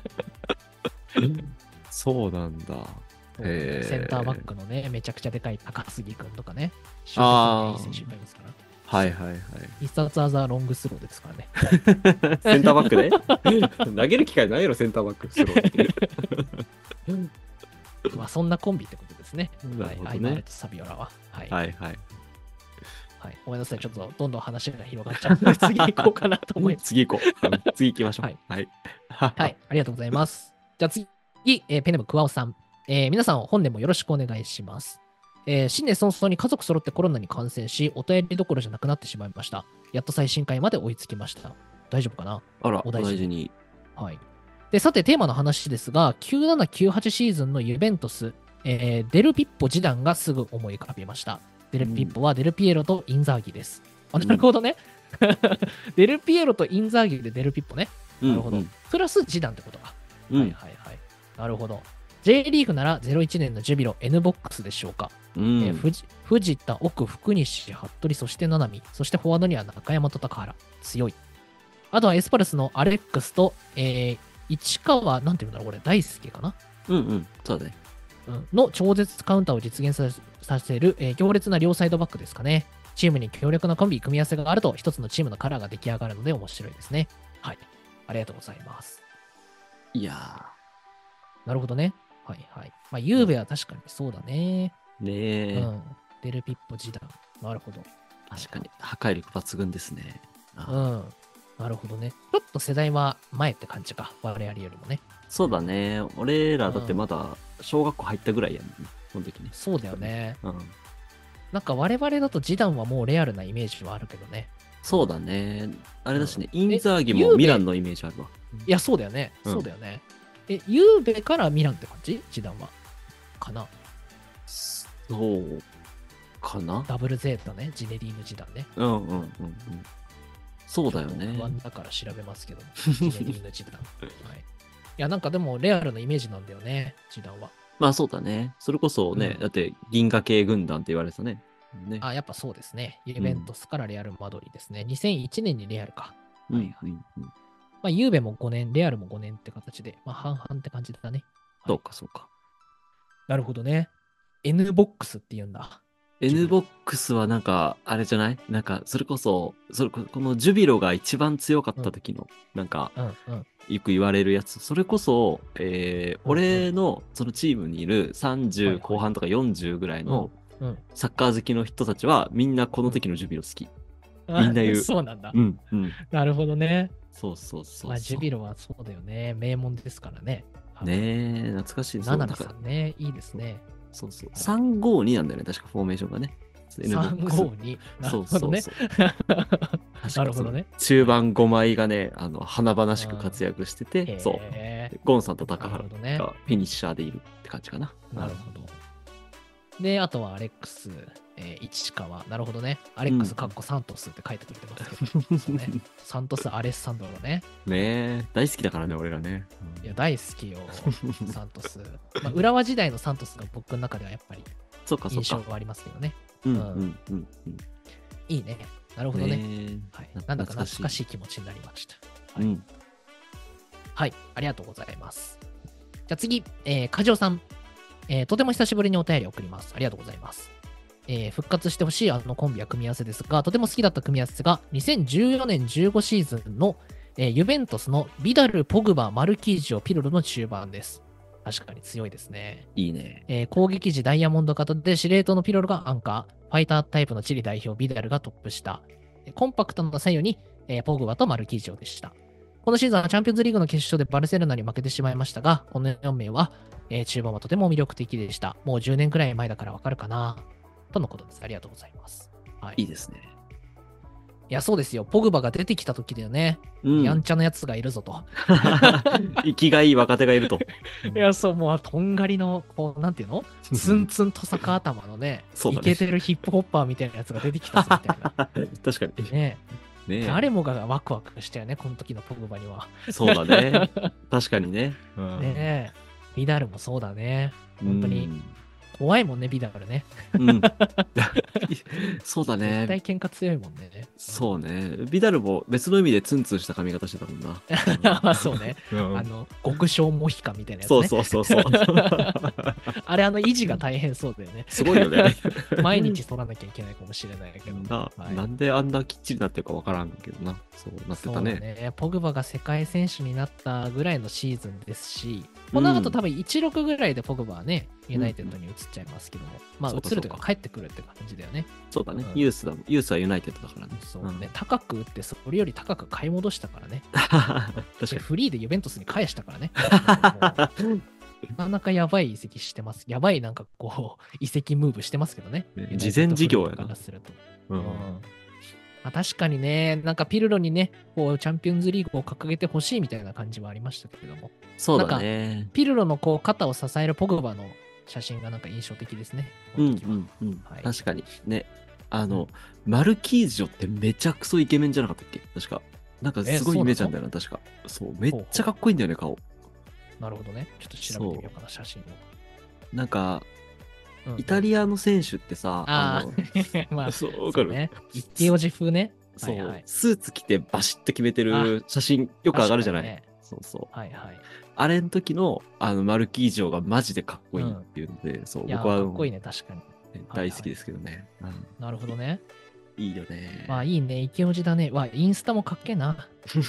そうなんだ。 センターバックのね、めちゃくちゃでかい高杉くんとかね。いい選手いっぱいいますから。 はい。 必殺技ロングスローですからね。 センターバックで投げる機会ないやろ、センターバック。スローまあそんなコンビってことですね。 アイマールとサビオラは。はい。ごめんなさい。ちょっとどんどん話が広がっちゃうので、次行こうかなと思います。 次行こう。次行きましょう。 はい。ありがとうございます。じゃあ次、ペンネームクワオさん。皆さん本年もよろしくお願いします。新年早々に家族揃ってコロナに感染し、お便りどころじゃなくなってしまいました。やっと最新回まで追いつきました。大丈夫かな？ あら、お大事に。 はい。で、さてテーマの話ですが、9798シーズンのユベントス、デルピッポジダンがすぐ思い浮かびました。デルピッポはデルピエロとインザーギです。なるほどね。デルピエロとインザーギでデルピッポね。なるほど。プラスジダンってことか。なるほど。 J リーグなら01年のジュビロ N ボックスでしょうか。藤田、奥、福西、服部、そして七海、そしてフォワードには中山と高原。強い。あとはエスパルスのアレックスと、市川、なんていうんだろう、これ、大輔かな。 そうだね。 の超絶カウンターを実現させる、強烈な両サイドバックですかね。チームに強力なコンビ、組み合わせがあると、一つのチームのカラーが出来上がるので面白いですね。はい。ありがとうございます。 いやー。なるほどね。はいはい。まあ、ゆうべは確かにそうだね。 ねえ。 デルピッポ時代。なるほど。 確かに。破壊力抜群ですね。 なるほどね。ちょっと世代は前って感じか。我々よりもね。 そうだね。俺らだってまだ小学校入ったぐらいやもんね。その時ね。 そうだよね。なんか我々だとジダンはもうレアルなイメージはあるけどね。 そうだね。あれだしね、インザーギもミランのイメージあるわ。 いや、そうだよね。そうだよね。ゆうべからミランって感じジダンは。かな。 そうかな。 ダブルゼータね。ジネディーヌ時代ね。 そうだよね。 不安だから調べますけど。ジネディーヌ時代。はい。いや、なんかでもレアルのイメージなんだよね。時代は。 まあそうだね。それこそね、だって銀河系軍団って言われてたね。 やっぱそうですね。ユベントスからレアル・マドリーですね。2001年にレアルか。まあ、ユーベも5年、レアルも5年って形で、まあ、半々って感じだね。 そうか、そうか。 なるほどね。N ボックスって言うんだ。 N ボックスはなんか、あれじゃないなんか、それこそ、このジュビロが一番強かった時の、なんか、よく言われるやつ。それこそ、俺のそのチームにいる30後半とか40ぐらいのサッカー好きの人たちは、みんなこの時のジュビロ好き。みんな言う。 そうなんだ。なるほどね。 そうそうそう。 まあ、ジュビロはそうだよね。名門ですからね。 ねえ、懐かしいですね。ナナミさんね、いいですね。 そうそう。352なんだよね、確かフォーメーションがね。 352。 そうそうそう。 なるほどね。 中盤5枚がね、華々しく活躍してて、そう。ゴンさんと高原がフィニッシャーでいるって感じかな。 なるほど。で、あとはアレックス、市川。なるほどね。アレックス、サントスって書いてくれてますけど。サントス・アレッサンドロね。 ねえ、大好きだからね、俺らね。 いや、大好きよ、サントス。まあ、浦和時代のサントスが僕の中ではやっぱり印象がありますけどね。いいね。なるほどね。はい。なんだか懐かしい気持ちになりました。はい。ありがとうございます。じゃあ次、カジオさん。とても久しぶりにお便りを送ります。ありがとうございます。復活してほしいコンビや組み合わせですが、とても好きだった組み合わせが、2014年15シーズンの、ユベントスのビダル、ポグバ、マルキージョ、ピルロの中盤です。確かに強いですね。 いいね。 攻撃時ダイヤモンド型で司令塔のピロロがアンカー、ファイタータイプのチリ代表ビダルがトップ下、コンパクトな左右に、ポグバとマルキージョでした。このシーズンはチャンピオンズリーグの決勝でバルセロナに負けてしまいましたが、この4名は、中盤はとても魅力的でした。もう10年くらい前だからわかるかなとのことです。ありがとうございます。 はい、いいですね。 いや、そうですよ。ポグバが出てきた時だよね。やんちゃなやつがいるぞと。 生きがいい若手がいると。 いや、そう、もう、とんがりの、こう、なんていうのツンツンと坂頭のね、イケてるヒップホッパーみたいなやつが出てきたぞみたいな。 確かに。 ね誰もがワクワクしたよね、この時のポグバには。 そうだね。確かにね。 ねビダルもそうだね。本当に。怖いもんね、ビダルね。 そうだね。 絶対喧嘩強いもんね。 そうね。ビダルも別の意味でツンツンした髪型してたもんな。 そうね。極小モヒカンみたいなやつね。 そう。 あれ、維持が大変そうだよね。 すごいよね。 毎日剃らなきゃいけないかもしれないけど。 なんであんなきっちりなってるかわからんけどな。そうなってたね。ポグバが世界選手になったぐらいのシーズンですし、この後多分16ぐらいでポグバはね、ユナイテッドに移っちゃいますけども、まあ移るというか帰ってくるって感じだよね。 そうだね。ユースはユナイテッドだからね。 そうね。高く売ってそれより高く買い戻したからね。確かにフリーでユベントスに返したからね。なかなかやばい移籍してます。やばいなんかこう移籍ムーブしてますけどね。 事前事業やな。 確かにね、なんかピルロにね、こうチャンピオンズリーグを掲げてほしいみたいな感じはありましたけれども。 そうだね。 なんかピルロのこう肩を支えるポグバの写真がなんか印象的ですね。 確かにね。マルキージョってめちゃくそイケメンじゃなかったっけ確か。なんかすごいイメージなんだよな、確か。そう、めっちゃかっこいいんだよね、顔。 なるほどね。ちょっと調べてみようかな、写真を。 なんか、 うんうん、 イタリアの選手ってさ、 まあ、 そう、わかる。 ね。イケオジ風ね。 そう、 はいはい。 スーツ着てバシッと決めてる写真よく上がるじゃない、 ね、 そうそう。 はいはい。 あれの時の、マルキージョがマジでかっこいいっていうので、そう、僕は、 かっこいいね、確かに。 大好きですけどね。 なるほどね。 いいよね。 まあいいね、イケオジだね。インスタもかっけえな。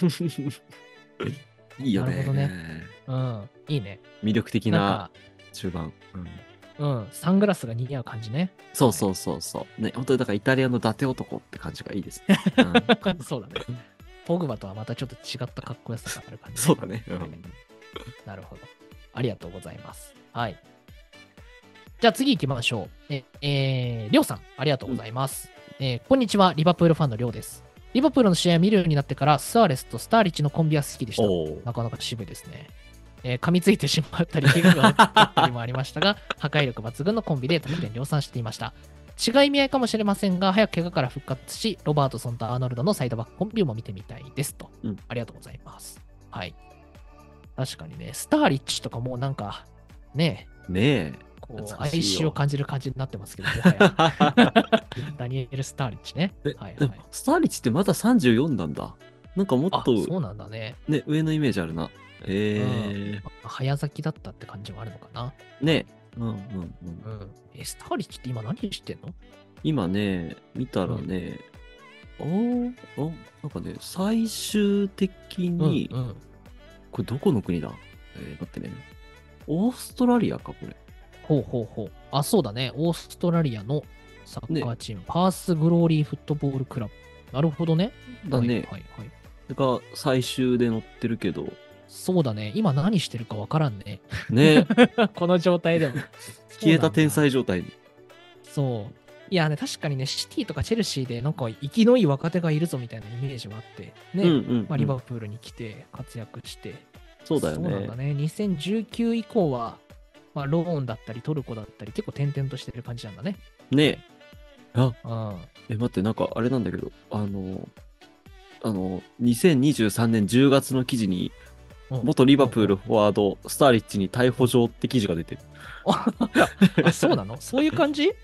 いいよね。 なるほどね。うん、いいね。 魅力的な中盤。 サングラスが似合う感じね。 そうそうそうそう。ね、本当にだからイタリアの伊達男って感じがいいですね。 そうだね。ポグバとはまたちょっと違ったかっこよさがある感じ、 そうだね。 なるほど。ありがとうございます。はい。じゃあ次行きましょう。りょうさん、ありがとうございます。こんにちは、リバプールファンのりょうです。リバプールの試合を見るようになってから、スアレスとスターリッチのコンビは好きでした。なかなか渋いですね。噛みついてしまったり、怪我があったりもありましたが、破壊力抜群のコンビで得点量産していました。違い意味合いかもしれませんが、早く怪我から復活し、ロバートソンとアーノルドのサイドバックコンビも見てみたいですと。ありがとうございます。はい。確かにね、スターリッチとかもうなんか、ねえ。 こう哀愁を感じる感じになってますけど、もはやダニエル・スターリッチね。はいはい、 スターリッチってまだ34なんだ。なんかもっと、 そうなんだね。 ね、上のイメージあるな。 早咲きだったって感じはあるのかな。 ね。 スターリッチって今何してんの？ 今ね、見たらね、なんかね、最終的に、これどこの国だ？待ってね。オーストラリアか、これ。 ほう。あ、そうだね。オーストラリアのサッカーチーム、パースグローリーフットボールクラブ。なるほどね。 だね。はい。が最終で乗ってるけど。 そうだね。今何してるかわからんね。 ね。 この状態でも。 消えた天才状態に。 そう。いやね、確かにね、シティとかチェルシーでなんか生きのいい若手がいるぞみたいなイメージはあって、ね。リバプールに来て活躍して。 そうだよね。 そうなんだね。2019以降は、ローンだったりトルコだったり結構転々としてる感じなんだね。 ねえ。待って、なんかあれなんだけど、2023年10月の記事に、元リバプールフォワード、スターリッチに逮捕状って記事が出てる。 あ、そうなの？そういう感じ？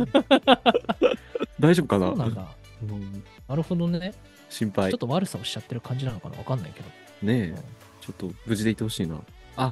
大丈夫かな？ そうなんだ。なるほどね。 心配。 ちょっと悪さをしちゃってる感じなのかな？わかんないけど。 ねえ。ちょっと無事でいてほしいな。 はい。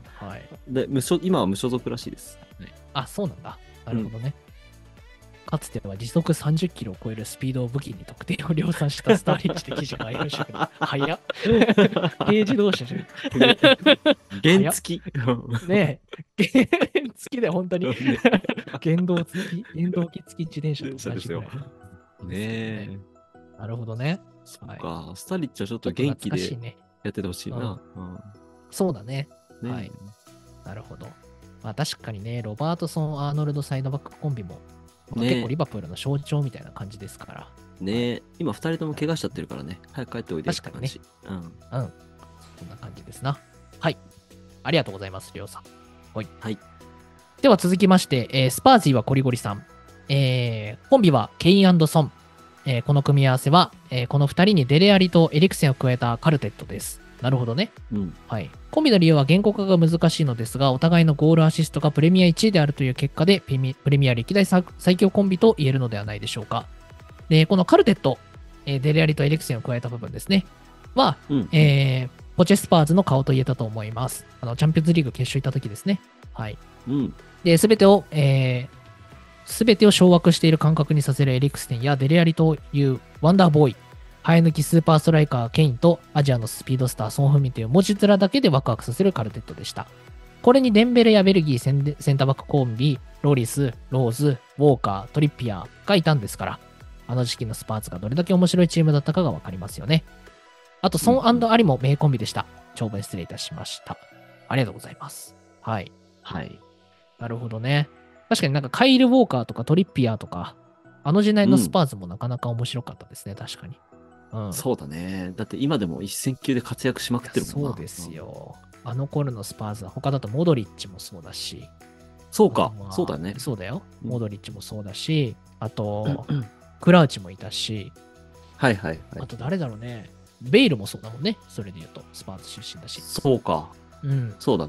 で、今は無所属らしいです。 あ、そうなんだ。なるほどね。かつては時速30キロを超えるスピードを武器に得点を量産したスターリッチで記事がありましたけど、早っ。軽自動車じゃん。 原付き。 ねえ。原付きで本当に。原動機付き自転車と同じぐらい。ねえ。なるほどね。 そっか。スターリッチはちょっと元気でやっててほしいな。 そうだね。はい。なるほど。確かにね、ロバートソン・アーノルドサイドバックコンビも、結構リバプールの象徴みたいな感じですから。 ねえ、今2人とも怪我しちゃってるからね。早く帰っておいでって感じ。確かにね。そんな感じですな。はい。ありがとうございます、りょうさん。 はい。 では続きまして、スパージーはコリゴリさん。コンビはケイン&ソン。この組み合わせは、この2人にデレアリとエリクセンを加えたカルテットです。なるほどね。はい。コンビの理由は言語化が難しいのですが、お互いのゴールアシストがプレミア1位であるという結果で、プレミア歴代最強コンビと言えるのではないでしょうか。で、このカルテット、デレアリとエリクセンを加えた部分ですね。は、ポチェスパーズの顔と言えたと思います。チャンピオンズリーグ決勝行った時ですね。はい。で、すべてを掌握している感覚にさせるエリクセンやデレアリというワンダーボーイ、生え抜きスーパーストライカーケインとアジアのスピードスターソン・フンミンという文字面だけでワクワクさせるカルテットでした。これにデンベレやベルギーセンターバックコンビ、ロリス、ローズ、ウォーカー、トリッピアーがいたんですから、あの時期のスパーツがどれだけ面白いチームだったかがわかりますよね。あと、ソン&アリも名コンビでした。長文失礼いたしました。ありがとうございます。はい。 はい。 なるほどね。確かになんかカイル・ウォーカーとかトリッピアーとか、あの時代のスパーズもなかなか面白かったですね、確かに。 そうだね。だって今でも一戦級で活躍しまくってるもんな。 そうですよ。あの頃のスパーズは他だとモドリッチもそうだし。 そうか。そうだね。 そうだよ。モドリッチもそうだし、あと、クラウチもいたし。 はいはいはい。 あと誰だろうね。ベイルもそうだもんね。それで言うと、スパーズ出身だし。 そうか。そうだね。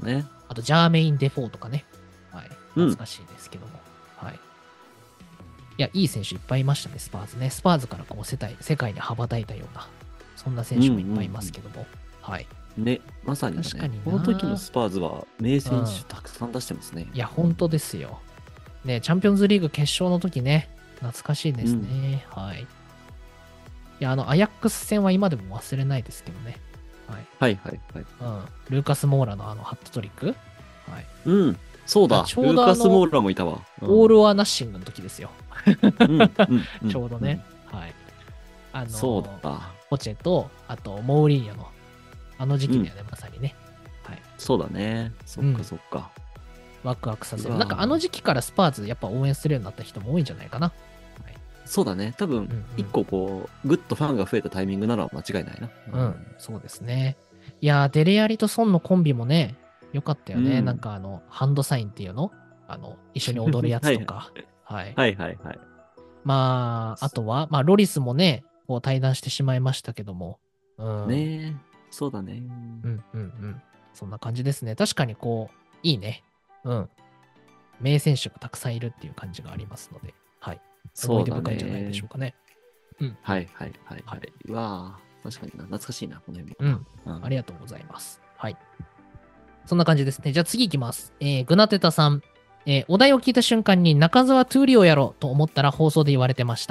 あとジャーメイン・デフォーとかね。はい。懐かしいですけども。はい。いや、いい選手いっぱいいましたね、スパーズね。スパーズからこう世界に羽ばたいたような、そんな選手もいっぱいいますけども。はい。 ね、まさに、ね、 確かにこの時のスパーズは名選手たくさん出してますね。 いや、本当ですよ。ね、チャンピオンズリーグ決勝の時ね、懐かしいですね。はい。いや、アヤックス戦は今でも忘れないですけどね。はい。ルーカス・モーラのハットトリック。はい。 そうだ。ルーカス・モーラもいたわ。 オール・オア・ナッシングの時ですよ。ちょうどね。はい。 そうだ。 ポチェと、あと、モーリーニョの、あの時期だよね、まさにね。はい。 そうだね。そっかそっか。 ワクワクさせる。なんかあの時期からスパーズやっぱ応援するようになった人も多いんじゃないかな。 はい、そうだね。多分、一個こう、ぐっとファンが増えたタイミングなのは間違いないな。 そうですね。いやー、デレアリとソンのコンビもね、よかったよね。なんかハンドサインっていうの一緒に踊るやつとか。はい。まあ、あとは、まあ、ロリスもね、こう対談してしまいましたけども。 ねえ、そうだね。 そんな感じですね。確かにこう、いいね。名選手がたくさんいるっていう感じがありますので、はい。思い出深いんじゃないでしょうかね。 はい。うわぁ、確かにな。懐かしいな、この辺も。ありがとうございます。はい。そんな感じですね。じゃあ次いきます。グナテタさん。お題を聞いた瞬間に中澤トゥーリオやろと思ったら放送で言われてました。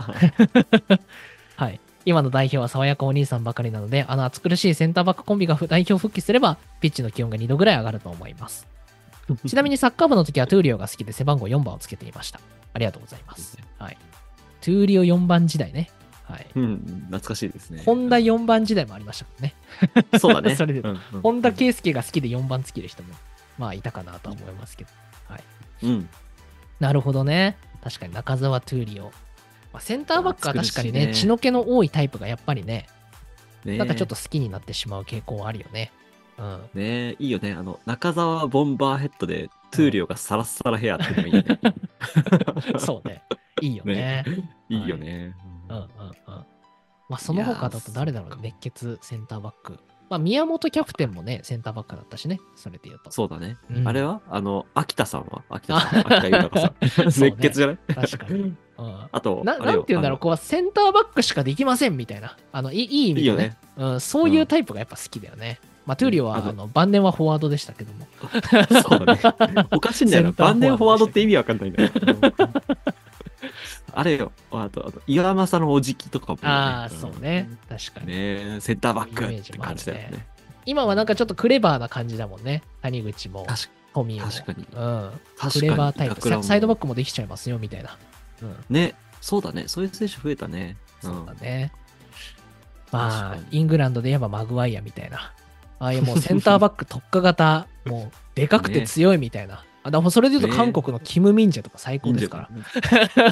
はい。今の代表は爽やかお兄さんばかりなので、暑苦しいセンターバックコンビが代表復帰すれば、ピッチの気温が2度ぐらい上がると思います。ちなみにサッカー部の時はトゥーリオが好きで背番号4番をつけていました。ありがとうございます。はい。トゥーリオ4番時代ね。はい。 懐かしいですね。 本田4番時代もありましたもんね。 そうだね。 それで、本田圭佑が好きで4番つける人も、まあいたかなとは思いますけど。はい。なるほどね。確かに中澤トゥーリオ。まあ、センターバックは確かにね、血の気の多いタイプがやっぱりね、なんかちょっと好きになってしまう傾向はあるよね。 ねえ、いいよね。中澤ボンバーヘッドで、トゥーリオがサラッサラヘアっていうのもいいよね。 そうね。いいよね。 いいよね。 まあ、その他だと誰だろう、熱血センターバック。まあ、宮本キャプテンもね、センターバックだったしね、それで言うと。 そうだね。あれは秋田さんは秋田豊さん。熱血じゃない確かに。 あと、 なんて言うんだろう、こう、センターバックしかできませんみたいな。いい意味でね。そういうタイプがやっぱ好きだよね。まあ、トゥーリオは晩年はフォワードでしたけども。 そうだね。おかしいんだよな。晩年フォワードって意味わかんないんだよ。あれよ、あと、岩政のおじきとかも、 そうね。確かに。 ねセンターバックって感じだよね。 今はなんかちょっとクレバーな感じだもんね。谷口も、トミーも。 確かに。 クレバータイプ。サイドバックもできちゃいますよ、みたいな。 ね、そうだね。そういう選手増えたね。 そうだね。まあ、イングランドで言えばマグワイアみたいな。ああいうもうセンターバック特化型、もうでかくて強いみたいな。それで言うと韓国のキム・ミンジェとか最高ですから。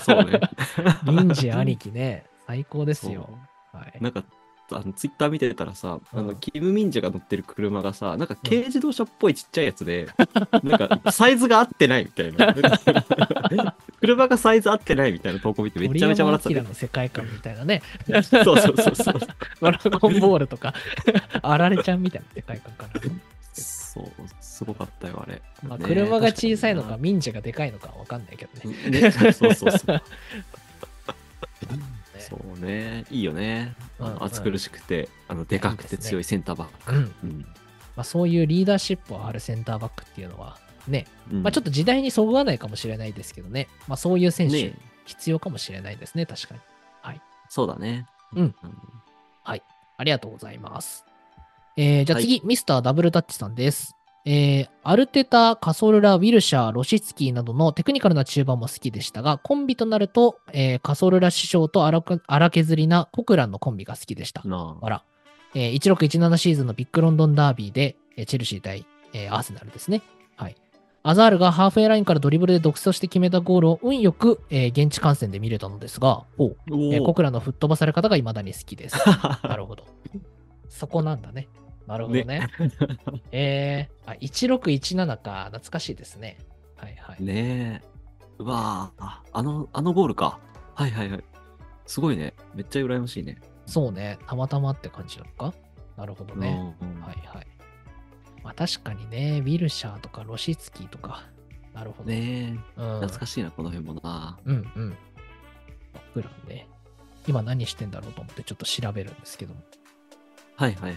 そうね。 ミンジェ兄貴ね、最高ですよ。 なんか、ツイッター見てたらさ、キム・ミンジェが乗ってる車がさ、なんか軽自動車っぽいちっちゃいやつで、なんかサイズが合ってないみたいな。車がサイズ合ってないみたいな投稿見てめちゃめちゃ笑ってた。 鳥山明の世界観みたいなね。 そう。ドラゴンボールとか、あられちゃんみたいな世界観かな。 そう、すごかったよ、あれ。 まあ、車が小さいのか、ミンジェがでかいのかわかんないけどね。そう。そうね、いいよね。暑苦しくて、でかくて強いセンターバック。 まあ、そういうリーダーシップをあるセンターバックっていうのは、ね、まあちょっと時代にそぐわないかもしれないですけどね。まあそういう選手、必要かもしれないですね、確かに。はい。 そうだね。 はい。ありがとうございます。じゃあ次、ミスターダブルタッチさんです。アルテタ、カソルラ、ウィルシャー、ロシツキーなどのテクニカルな中盤も好きでしたが、コンビとなると、カソルラ師匠と荒削りなコクランのコンビが好きでした。あら。1617シーズンのビッグロンドンダービーで、チェルシー対、アーセナルですね。はい。アザールがハーフウェイラインからドリブルで独走して決めたゴールを運よく、現地観戦で見れたのですが、コクラの吹っ飛ばされ方が未だに好きです。なるほど。そこなんだね。なるほどね。1617か。懐かしいですね。はいはい。 ねえ。うわぁ、あのゴールか。はい。すごいね。めっちゃ羨ましいね。 そうね。たまたまって感じなのか。なるほどね。はい。 まあ確かにね、ウィルシャーとかロシツキーとか。なるほど。 ねえ。 うん、 懐かしいな、この辺もな。 うんうん。プランね。今何してんだろうと思ってちょっと調べるんですけども。 はいはいはい。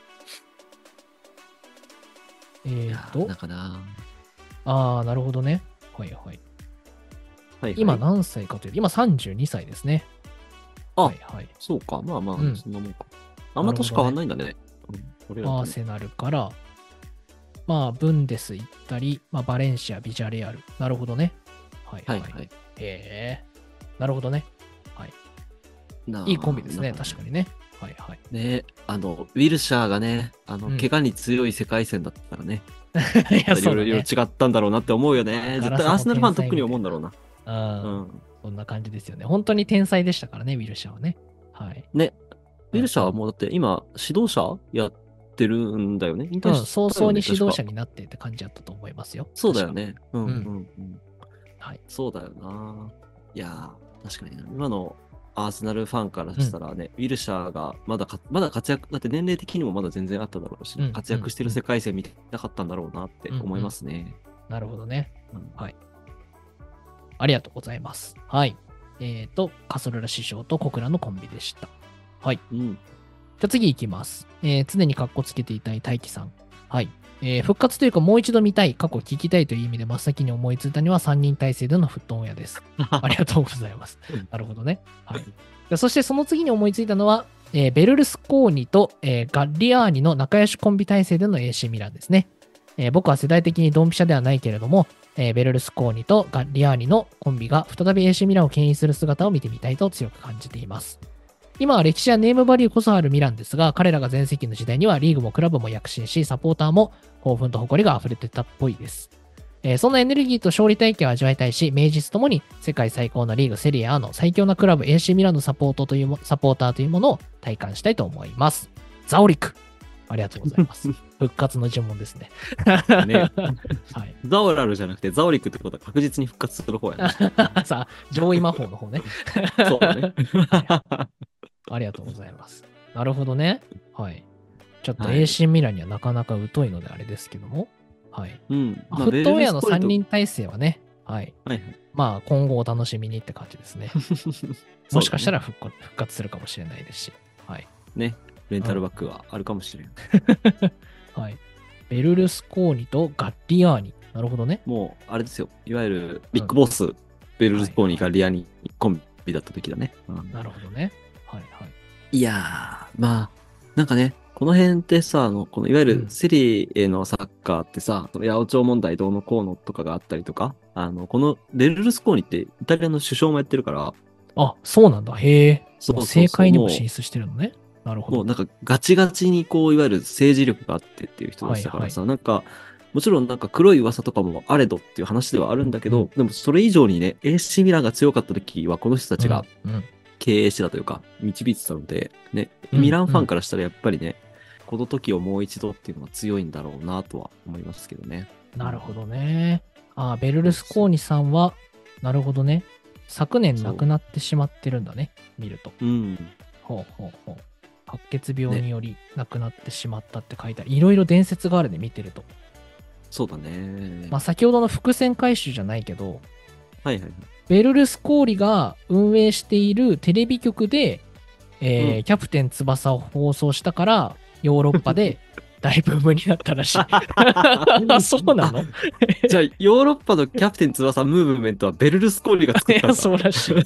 なんかな。 なるほどね。はいはい。 はいはい、 今何歳かというと、今32歳ですね。 はいはい。そうか。まあまあ、そんなもんか。あんま年変わんないんだね。 アーセナルから、まあ、ブンデス行ったり、まあ、バレンシア、ビジャレアル。なるほどね。はいはい。なるほどね。はい。いいコンビですね、確かにね。はいはい。 ね、ウィルシャーがね、怪我に強い世界線だったらね、いろいろ違ったんだろうなって思うよね。絶対アーセナルファン特に思うんだろうな。 そんな感じですよね。本当に天才でしたからね、ウィルシャーはね。はい。 ね。ウィルシャーはもうだって今、指導者やってるんだよね。 早々に指導者になってって感じだったと思いますよ。 そうだよね。はい。そうだよな。いやー、確かにな。今のアーセナルファンからしたらね、ウィルシャーがまだ活躍、だって年齢的にもまだ全然あっただろうし、活躍してる世界線見たかったんだろうなって思いますね。 なるほどね。はい。ありがとうございます。はい。カソルラ師匠と小倉のコンビでした。はい。じゃあ次行きます。常にカッコつけていたい大輝さん。はい。復活というかもう一度見たい、過去聞きたいという意味で真っ先に思いついたのは3人体制でのフットオンエアです。ありがとうございます。なるほどね。はい。そしてその次に思いついたのは、ベルルスコーニと、ガッリアーニの仲良しコンビ体制での AC ミランですね。僕は世代的にドンピシャではないけれども、ベルルスコーニとガッリアーニのコンビが再び AC ミランを牽引する姿を見てみたいと強く感じています。今は歴史やネームバリューこそあるミランですが、彼らが全盛期の時代にはリーグもクラブも躍進し、サポーターも興奮と誇りが溢れてたっぽいです。そんなエネルギーと勝利体験を味わいたいし、名実ともに世界最高のリーグセリアの最強なクラブ AC ミランのサポーターというものを体感したいと思います。ザオリク。ありがとうございます。復活の呪文ですね。 ねはい、ザオラルじゃなくてザオリクってことは確実に復活する方やね。 さあ、上位魔法の方ね。 そうだね。 ありがとうございます。なるほどね。はい。ちょっと AC ミランにはなかなか疎いのであれですけども。はい。フットウェアの3人体制はね、はい。まあ、今後お楽しみにって感じですね。もしかしたら復活するかもしれないですし。はい。 ね。レンタルバックはあるかもしれん。 はい。ベルルスコーニとガッリアーニ。なるほどね。 もう、あれですよ。いわゆるビッグボス、ベルルスコーニ、ガッリアーニコンビだった時だね。 なるほどね。はいはい。 いやー、まあ、なんかね、この辺ってさ、このいわゆるセリエのサッカーってさ、八百長問題どうのこうのとかがあったりとか、このベルルスコーニってイタリアの首相もやってるから。 あ、そうなんだ。へえ。そう、政界にも進出してるのね。なるほど。 もうなんかガチガチにこう、いわゆる政治力があってっていう人だったからさ、なんか、もちろんなんか黒い噂とかもあれどっていう話ではあるんだけど、でもそれ以上にね、AC ミランが強かった時はこの人たちが経営してたというか、導いてたので、ね、ミランファンからしたらやっぱりね、この時をもう一度っていうのは強いんだろうなとは思いますけどね。 なるほどね。ベルルスコーニさんは、なるほどね。昨年亡くなってしまってるんだね、見ると。ほうほうほう。白血病により亡くなってしまったって書いてある。いろいろ伝説があるね、見てると。 そうだね。 まあ先ほどの伏線回収じゃないけど、ベルルスコーリが運営しているテレビ局で、キャプテン翼を放送したから、ヨーロッパで大ブームになったらしい。そうなのじゃあ、ヨーロッパのキャプテン翼ムーブメントはベルルスコーリが作ったんだ。 そうらしい。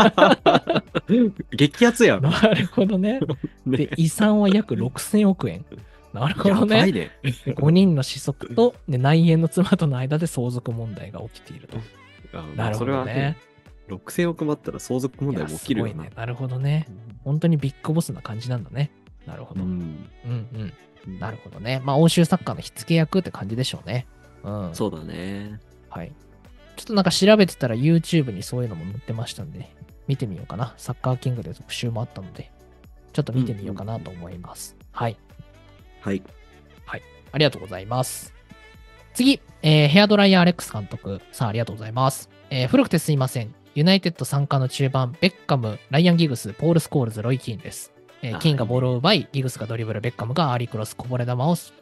激アツやん。 なるほどね。で、遺産は約6000億円。なるほどね。5人の子息と、内縁の妻との間で相続問題が起きていると。なるほどね。 6000億もあったら相続問題も起きるよね。 すごいね。なるほどね。本当にビッグボスな感じなんだね。なるほど。なるほどね。まあ、欧州サッカーの火付け役って感じでしょうね。 そうだね。 はい。ちょっとなんか調べてたら YouTube にそういうのも載ってましたんで、見てみようかな。サッカーキングで特集もあったので、ちょっと見てみようかなと思います。はい。 はい。 はい。ありがとうございます。次、ヘアドライヤーアレックス監督さんありがとうございます。古くてすいません。ユナイテッド参加の中盤、ベッカム、ライアン・ギグス、ポール・スコールズ、ロイ・キーンです。キーンがボールを奪い、ギグスがドリブル、ベッカムがアーリークロス、こぼれ球を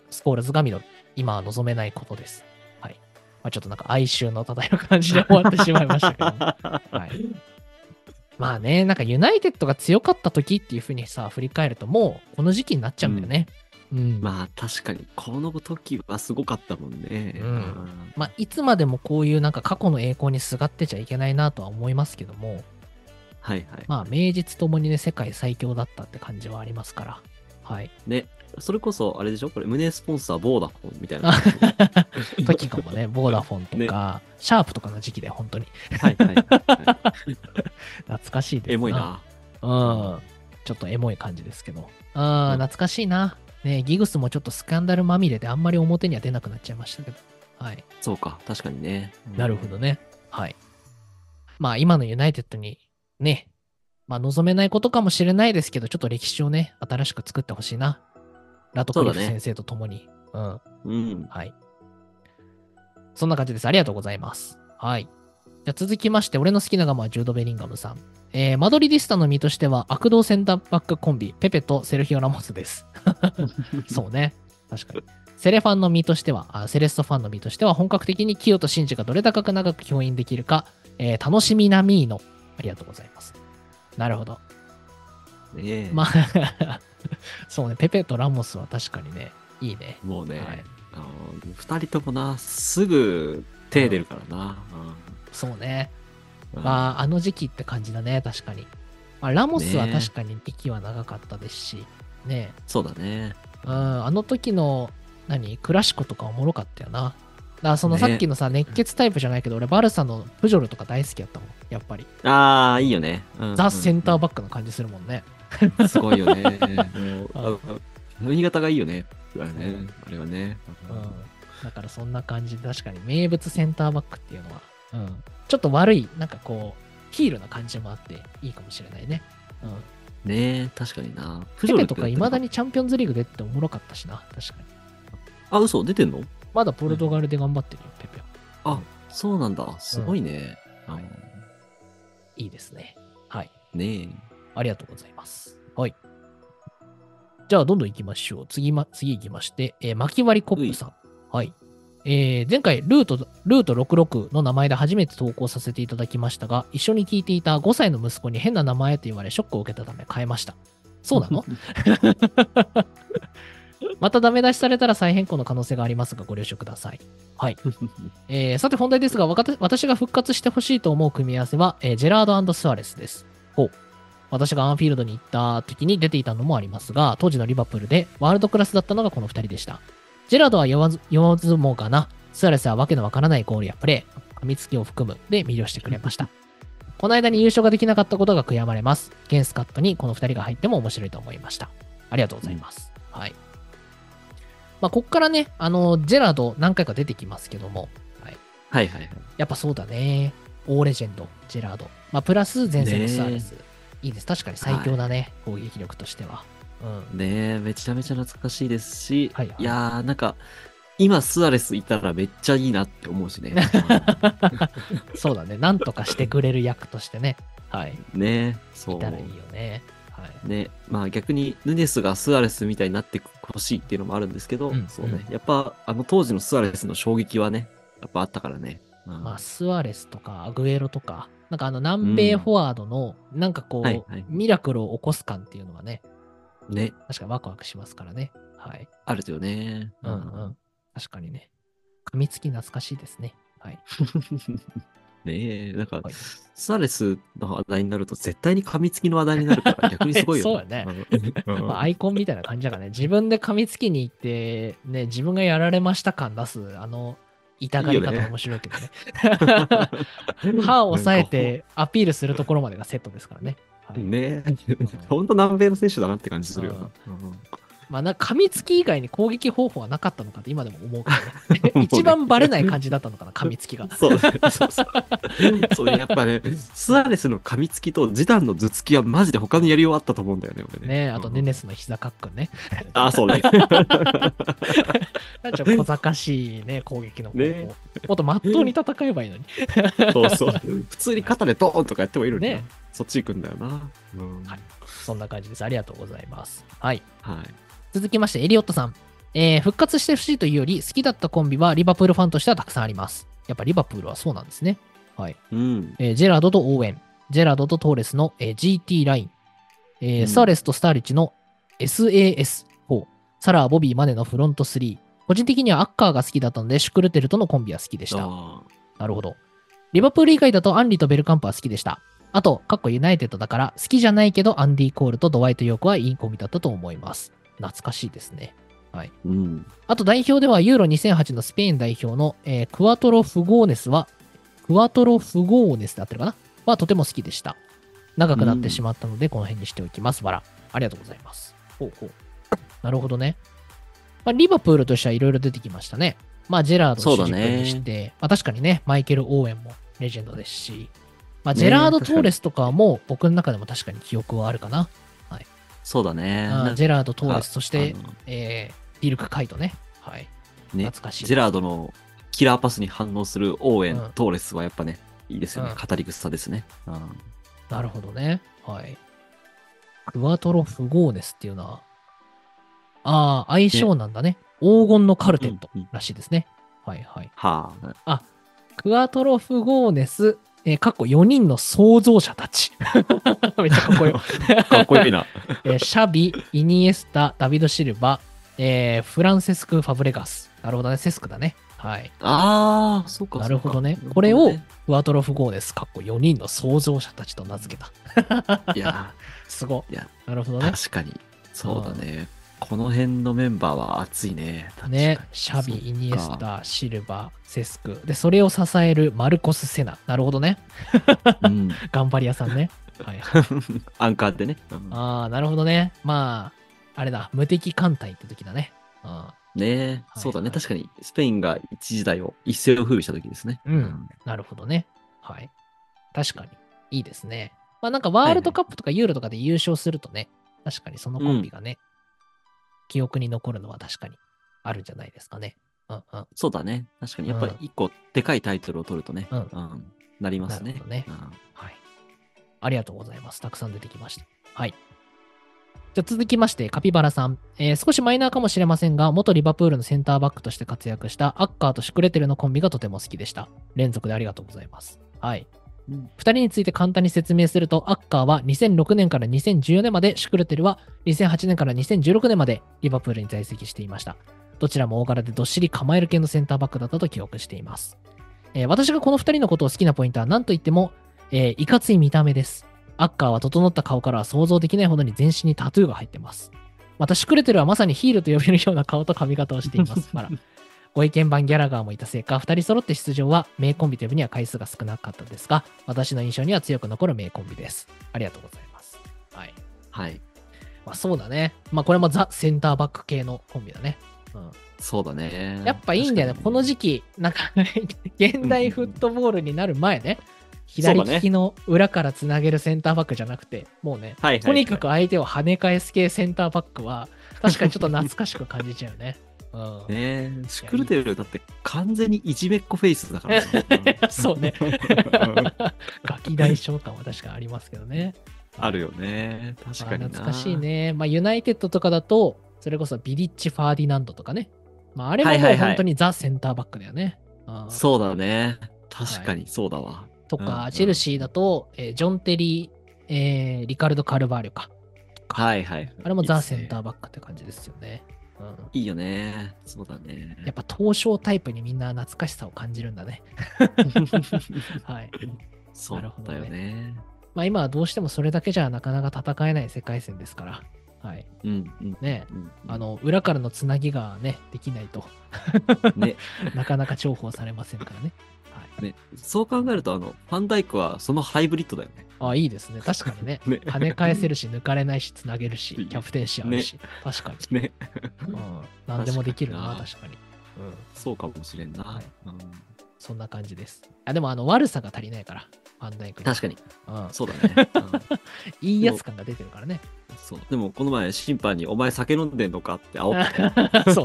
スコールズがミドル。今は望めないことです。はい。まあ、ちょっとなんか哀愁の漂う感じで終わってしまいましたけど。はい。まあね、なんかユナイテッドが強かった時っていう風にさ、振り返るともうこの時期になっちゃうんだよね。 まあ確かに、この時はすごかったもんね。 まあいつまでもこういうなんか過去の栄光にすがってちゃいけないなとは思いますけども、 はいはい。 まあ名実ともにね、世界最強だったって感じはありますから。はい。 ね。それこそ、あれでしょこれ、胸スポンサー、ボーダフォンみたいな。 時かもね、ボーダフォンとか、シャープとかの時期で、本当に。 はいはい、 懐かしいですエモいな。 ちょっとエモい感じですけど。懐かしいな。ね、ギグスもちょっとスキャンダルまみれであんまり表には出なくなっちゃいましたけど。はい。 そうか、確かにね。 なるほどね。はい。まあ今のユナイテッドにね、まあ望めないことかもしれないですけど、ちょっと歴史をね、新しく作ってほしいな。ラトクリフ先生と共に。はい。そんな感じです。ありがとうございます。はい。じゃあ続きまして、俺の好きなガムはジュード・ベリンガムさん。マドリディスタの身としては、悪道センターバックコンビ、ペペとセルヒオ・ラモスです。そうね。確かに。セレファンの身としては、セレッソファンの身としては、本格的に清と真治がどれだけ長く共演できるか、楽しみなミーノ。ありがとうございます。なるほど。まあ、そうね、ペペとラモスは確かにね、いいね。 もうね、はい、2人ともな、すぐ手出るからな。 そうね。まあ、あの時期って感じだね、確かに。まあ、ラモスは確かに息は長かったですし、ね。 そうだね。 あの時の、クラシコとかおもろかったよな。だからそのさっきのさ、熱血タイプじゃないけど、俺バルサのプジョルとか大好きやったもん、やっぱり。 ああ、いいよね。 ザ・センターバックの感じするもんね。 すごいよね。新潟がいいよね。あれはね。 だからそんな感じで、確かに名物センターバックっていうのは、ちょっと悪い、なんかこう、ヒールな感じもあっていいかもしれないね。 ねえ、確かにな。 ペペとか未だにチャンピオンズリーグ出ておもろかったしな、確かに。 あ、嘘出てんの？ まだポルトガルで頑張ってるよ、ペペは。あ、そうなんだ。すごいね。 いいですね。はい。 ねえ。 ありがとうございます。はい。じゃあ、どんどん行きましょう。次行きまして、巻き割りコップさん。はい。前回ルート66の名前で初めて投稿させていただきましたが、一緒に聞いていた5歳の息子に変な名前と言われショックを受けたため変えました。そうなの？またダメ出しされたら再変更の可能性がありますがご了承ください。はい。さて本題ですが、私が復活してほしいと思う組み合わせは、ジェラード&スアレスです。私がアンフィールドに行った時に出ていたのもありますが、当時のリバプールでワールドクラスだったのがこの2人でした。ジェラードは言わずもがな、スアレスはわけのわからないゴールやプレー、噛みつきを含むで魅了してくれました。この間に優勝ができなかったことが悔やまれます。ゲンスカットにこの2人が入っても面白いと思いました。ありがとうございます。はい。まあ、こっからね、ジェラード何回か出てきますけども、 はいはいはい。 やっぱそうだね。オーレジェンド、ジェラード。まあ、プラス前線のスアレス。いいです。確かに最強だね。攻撃力としては。 ねえ、めちゃめちゃ懐かしいですし、いやー、なんか、今スアレスいたらめっちゃいいなって思うしね。 そうだね。なんとかしてくれる役としてね。はい。 ねそう。 いたらいいよね。はい。 ね、まあ逆にヌネスがスアレスみたいになってほしいっていうのもあるんですけど、そうね。やっぱ当時のスアレスの衝撃はね、やっぱあったからね。 まあスアレスとかアグエロとか、なんか南米フォワードのなんかこう、ミラクルを起こす感っていうのはね、確かにワクワクしますからね。はい。 あるよね。 確かにね。噛みつき懐かしいですね。はい。 ねえ、なんか、スアレスの話題になると絶対に噛みつきの話題になるから逆にすごいよね。そうよね。まあ、アイコンみたいな感じだからね。自分で噛みつきに行って、ね、自分がやられました感出す、痛がり方面白いけどね。歯を押さえてアピールするところまでがセットですからね。 ねえ、ほんと南米の選手だなって感じするよな。 まあ、噛みつき以外に攻撃方法はなかったのかって今でも思うけどね。一番バレない感じだったのかな、噛みつきが。 そう、やっぱね、スアレスの噛みつきとジダンの頭突きはマジで他にやりようあったと思うんだよね、俺ね。 ね、あとネネスの膝かっくんね。 あ、そうね。 ちょっと小賢しいね、攻撃の方法。もっとまっとうに戦えばいいのに。 そう。普通に肩でドーンとかやってもいいのにね。そっち行くんだよな。はい。 そんな感じです。ありがとうございます。はい。 はい。 続きまして、エリオットさん。 復活してほしいというより、好きだったコンビはリバプールファンとしてはたくさんあります。やっぱリバプールはそうなんですね。はい。 うん。 ジェラードとオーウェン、ジェラードとトーレスの、GT ライン、スアレスとスターリッチの SAS4、サラー、ボビー、マネのフロント3。個人的にはアッカーが好きだったので、シュクルテルとのコンビは好きでした。なるほど。リバプール以外だとアンリとベルカンプは好きでした。あと、ユナイテッドだから好きじゃないけど、アンディ・コールとドワイト・ヨークはいいコンビだったと思います。懐かしいですね。はい。 うん、 あと代表ではユーロ2008のスペイン代表の、クワトロ・フゴーネスであってるかなはとても好きでした。長くなってしまったので、この辺にしておきます。わら。ありがとうございます。ほうほう。なるほどね。まあ、リバプールとしてはいろいろ出てきましたね。まあ、ジェラードを主軸にして、まあ、確かにね、マイケル・オーウェンもレジェンドですし、まあ、ジェラード・トーレスとかはもう僕の中でも確かに記憶はあるかな。はい。 そうだね。 ジェラード・トーレス、そして、ディルク・カイトね。はい。 ね、 懐かしい。 ジェラードのキラーパスに反応するオーウェン、トーレスはやっぱね、いいですよね。語り草ですね。 なるほどね。はい。クワトロ・フゴーネスっていうのは、相性なんだね。黄金のカルテットらしいですね。はいはい。 はあ。クワトロ・フゴーネス、過去4人の創造者たち。めっちゃかっこよ。 かっこいいな。 シャビ、イニエスタ、ダビド・シルバ、フランセスク・ファブレガス。なるほどね。セスクだね。はい。 ああ、そうか。 なるほどね。これを、クワトロ・フゴーネス、過去4人の創造者たちと名付けた。 いや、 すごい。 いや、 なるほどね。 確かに。そうだね。この辺のメンバーは熱いね。 ね、シャビ、イニエスタ、シルバ、セスク。で、それを支えるマルコス・セナ。なるほどね。頑張り屋さんね。はい。 アンカーでね。 なるほどね。まあ、あれだ、無敵艦隊って時だね。 ねえ、そうだね。確かに、スペインが一時代を一世を風靡した時ですね。 なるほどね。はい。確かに。いいですね。まあなんかワールドカップとかユーロとかで優勝するとね、確かにそのコンビがね、記憶に残るのは確かにあるんじゃないですかね。 そうだね。確かに。やっぱり一個でかいタイトルを取るとね、なりますね。 はい。ありがとうございます。たくさん出てきました。はい。じゃあ続きまして、カピバラさん。少しマイナーかもしれませんが、元リバプールのセンターバックとして活躍したアッカーとシュクレテルのコンビがとても好きでした。連続でありがとうございます。はい。2人について簡単に説明すると、アッカーは2006年から2014年まで、シュクルテルは2008年から2016年までリバプールに在籍していました。どちらも大柄でどっしり構える系のセンターバックだったと記憶しています。私がこの2人のことを好きなポイントは何といっても、いかつい見た目です。アッカーは整った顔からは想像できないほどに全身にタトゥーが入ってます。またシュクルテルはまさにヒールと呼べるような顔と髪型をしています。ご意見番ギャラガーもいたせいか、2人揃って出場は名コンビと呼ぶには回数が少なかったですが、私の印象には強く残る名コンビです。ありがとうございます。はい。 はい。 まあそうだね。まあこれもザ・センターバック系のコンビだね。 そうだね。 やっぱいいんだよね。この時期、なんか現代フットボールになる前ね。左利きの裏からつなげるセンターバックじゃなくて、もうね、とにかく相手を跳ね返す系センターバックは、確かにちょっと懐かしく感じちゃうね。 ねえ、シュクルテルだって完全にいじめっ子フェイスだからさ。 そうね。ガキ大将感は確かありますけどね。 あるよね。確かにな。 懐かしいね。まあ、ユナイテッドとかだと、それこそビリッチ・ファーディナンドとかね。まあ、あれももう本当にザ・センターバックだよね。 そうだね。確かにそうだわ。 とか、チェルシーだと、ジョン・テリー、リカルド・カルバーリョか。 はいはい。 あれもザ・センターバックって感じですよね。 いいよね。そうだね。 やっぱ東証タイプにみんな懐かしさを感じるんだね。はい。 そうだよね。 まあ今はどうしてもそれだけじゃなかなか戦えない世界線ですから。はい。ね、裏からのつなぎがね、できないと。ね。なかなか重宝されませんからね。 ね、そう考えると、ファンダイクはそのハイブリッドだよね。 いいですね。確かにね。跳ね返せるし、抜かれないし、つなげるし、キャプテンシーあるし。確かに。ね。何でもできるな、確かに。 そうかもしれんな。 そんな感じです。でも、悪さが足りないから、ファンダイクに。 確かに。そうだね。 いいやつ感が出てるからね。 そう。でも、この前、審判に、お前酒飲んでんのかって煽って。そう。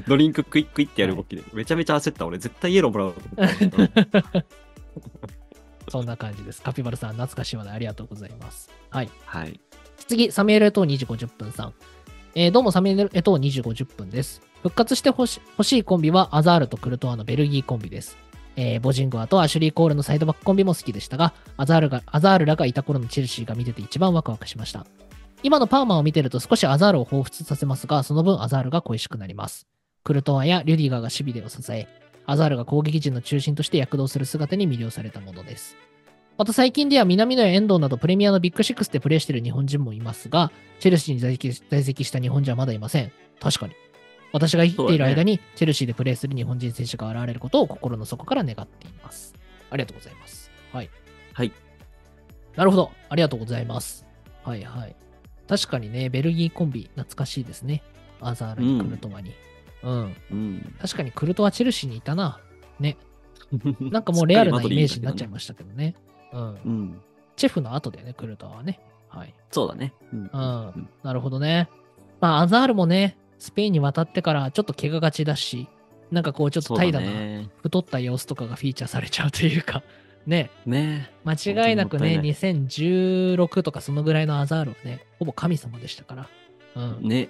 ドリンククイックイってやる動きで、めちゃめちゃ焦った。俺、絶対イエローもらうと思った。 そんな感じです。カピバルさん、懐かしい話題ありがとうございます。はい。 はい。 次、サミュエル・トー2時50分さん。 どうもサミュエル・エトー2時50分です。復活してほしいコンビはアザールとクルトワのベルギーコンビです。ボジングアとアシュリー・コールのサイドバックコンビも好きでしたが、アザールらがいた頃のチェルシーが見てて一番ワクワクしました。今のパーマを見てると少しアザールを彷彿させますが、その分アザールが恋しくなります。クルトワやリュディガーが守備でを支え、アザールが攻撃陣の中心として躍動する姿に魅了されたものです。また最近では南野や遠藤などプレミアのビッグシックスでプレーしている日本人もいますが、チェルシーに在籍した日本人はまだいません。確かに。私が生きている間にチェルシーでプレーする日本人選手が現れることを心の底から願っています。ありがとうございます。はい。 はい。 なるほど。ありがとうございます。はいはい。確かにね、ベルギーコンビ、懐かしいですね。アザールにクルトワに。確かにクルトワチェルシーにいたな。ね。なんかもうレアルなイメージになっちゃいましたけどね。チェフの後だよね、クルトワはね。はい。 そうだね。 なるほどね。まあ、アザールもね、スペインに渡ってからちょっと怪我がちだし、なんかこうちょっと怠惰な、太った様子とかがフィーチャーされちゃうというか、ね。間違いなくね、2016とかそのぐらいのアザールはね、ほぼ神様でしたから。ね。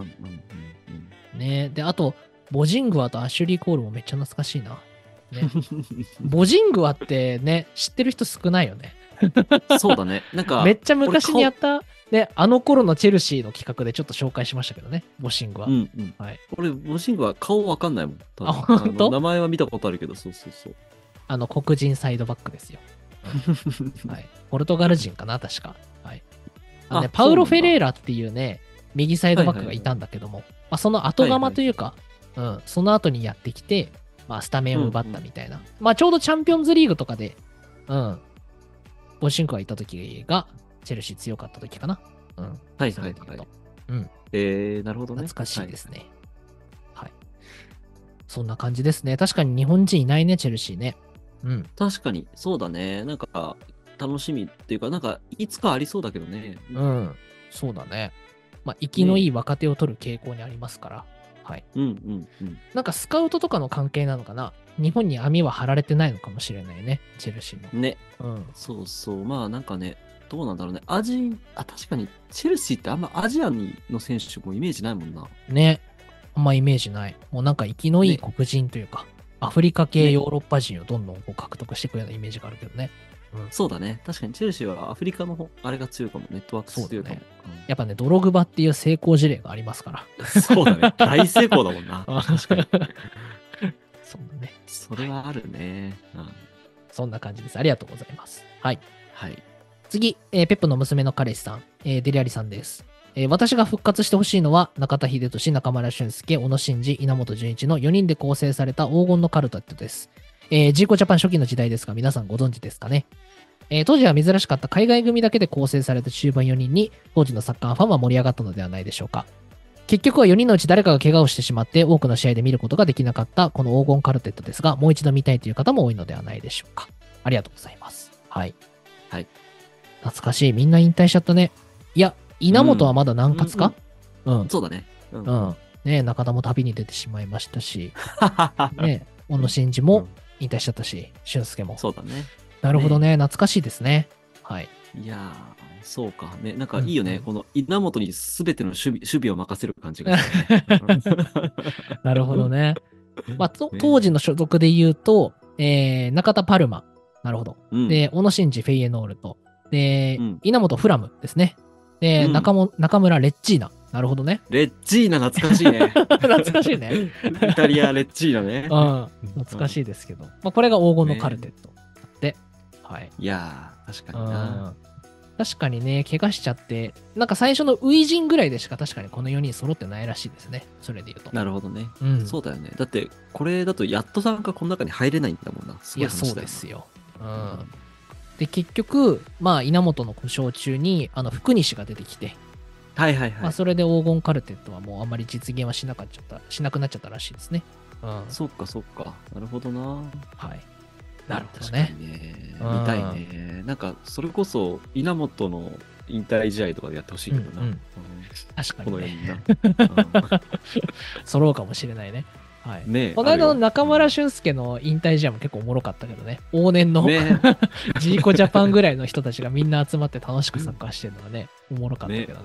で、あと、ボジングアとアシュリー・コールもめっちゃ懐かしいな。ね、ボジングアってね、知ってる人少ないよね。 そうだね。なんか、 めっちゃ昔にやった、ね、あの頃のチェルシーの企画でちょっと紹介しましたけどね、ボシングは。 はい、俺、ボシングは顔わかんないもん。名前は見たことあるけど、そう。 黒人サイドバックですよ。はい、ポルトガル人かな、確か。はい、パウロ・フェレーラっていうね、右サイドバックがいたんだけども、その後釜というか、その後にやってきて、スタメンを奪ったみたいな。ちょうどチャンピオンズリーグとかで、ボシンクがいた時が、チェルシー強かった時かな。 なるほどね。 懐かしいですね。はい。そんな感じですね。確かに日本人いないね、チェルシーね。 確かに、そうだね。なんか、楽しみっていうか、なんか、いつかありそうだけどね。 そうだね。生きのいい若手を取る傾向にありますから。はい。なんかスカウトとかの関係なのかな。日本に網は張られてないのかもしれないね、チェルシーの。 ね。そう。なんかね、どうなんだろうね。確かに、チェルシーってあんまアジアの選手もイメージないもんな。 ね。あんまイメージない。もうなんか生きのいい黒人というか、アフリカ系ヨーロッパ人をどんどんこう獲得していくようなイメージがあるけどね。 そうだね。確かにチェルシーはアフリカのあれが強いかも。ネットワーク強いかも。 やっぱね、ドログバっていう成功事例がありますから。 そうだね。大成功だもんな。確かに。そうだね。 それはあるね。 そんな感じです。ありがとうございます。はい。 はい。 次、ペップの娘の彼氏さん、デリアリさんです。私が復活してほしいのは、中田秀俊、中村俊輔、小野伸二、稲本潤一の4人で構成された黄金のカルテットです。ジーコジャパン初期の時代ですが、皆さんご存知ですかね。当時は珍しかった海外組だけで構成された中盤4人に、当時のサッカーファンは盛り上がったのではないでしょうか。結局は4人のうち誰かが怪我をしてしまって、多くの試合で見ることができなかったこの黄金カルテットですが、もう一度見たいという方も多いのではないでしょうか。ありがとうございます。はい。 はい。 懐かしい。みんな引退しちゃったね。いや、稲本はまだ何活か？ そうだね。 ね、中田も旅に出てしまいましたし、ね、小野伸二も引退しちゃったし、俊介も。 そうだね。 なるほどね。懐かしいですね。はい。 いやー、そうか。ね、なんかいいよね。この稲本に全ての守備を任せる感じがしてね。 なるほどね。当時の所属で言うと、中田パルマ。なるほど。で、小野伸二フェイエノールと、で、稲本フラムですね。で、中村レッジーナ。なるほどね。 レッジーナ懐かしいね。 懐かしいね。 イタリアレッジーナね。 懐かしいですけど。これが黄金のカルテットで。はい。 いやー、確かにな。 確かにね、怪我しちゃって、なんか最初の初陣ぐらいでしか確かにこの4人揃ってないらしいですね。それで言うと。 なるほどね。そうだよね。だって、これだとやっとさんがこの中に入れないんだもんな。 いや、そうですよ。で、結局、稲本の故障中に、福西が出てきて、それで黄金カルテットはもうあまり実現はしなくなっちゃったらしいですね。 そっか。なるほどな。 はい。なるほどね。 見たいね。なんか、それこそ、稲本の引退試合とかでやってほしいけどな。 確かに、ね。 このようにな。 揃うかもしれないね。はい。 ね、 この間の中村俊輔の引退試合も結構おもろかったけどね。往年の、ジーコジャパンぐらいの人たちがみんな集まって楽しくサッカーしてるのはね、おもろかったけどね。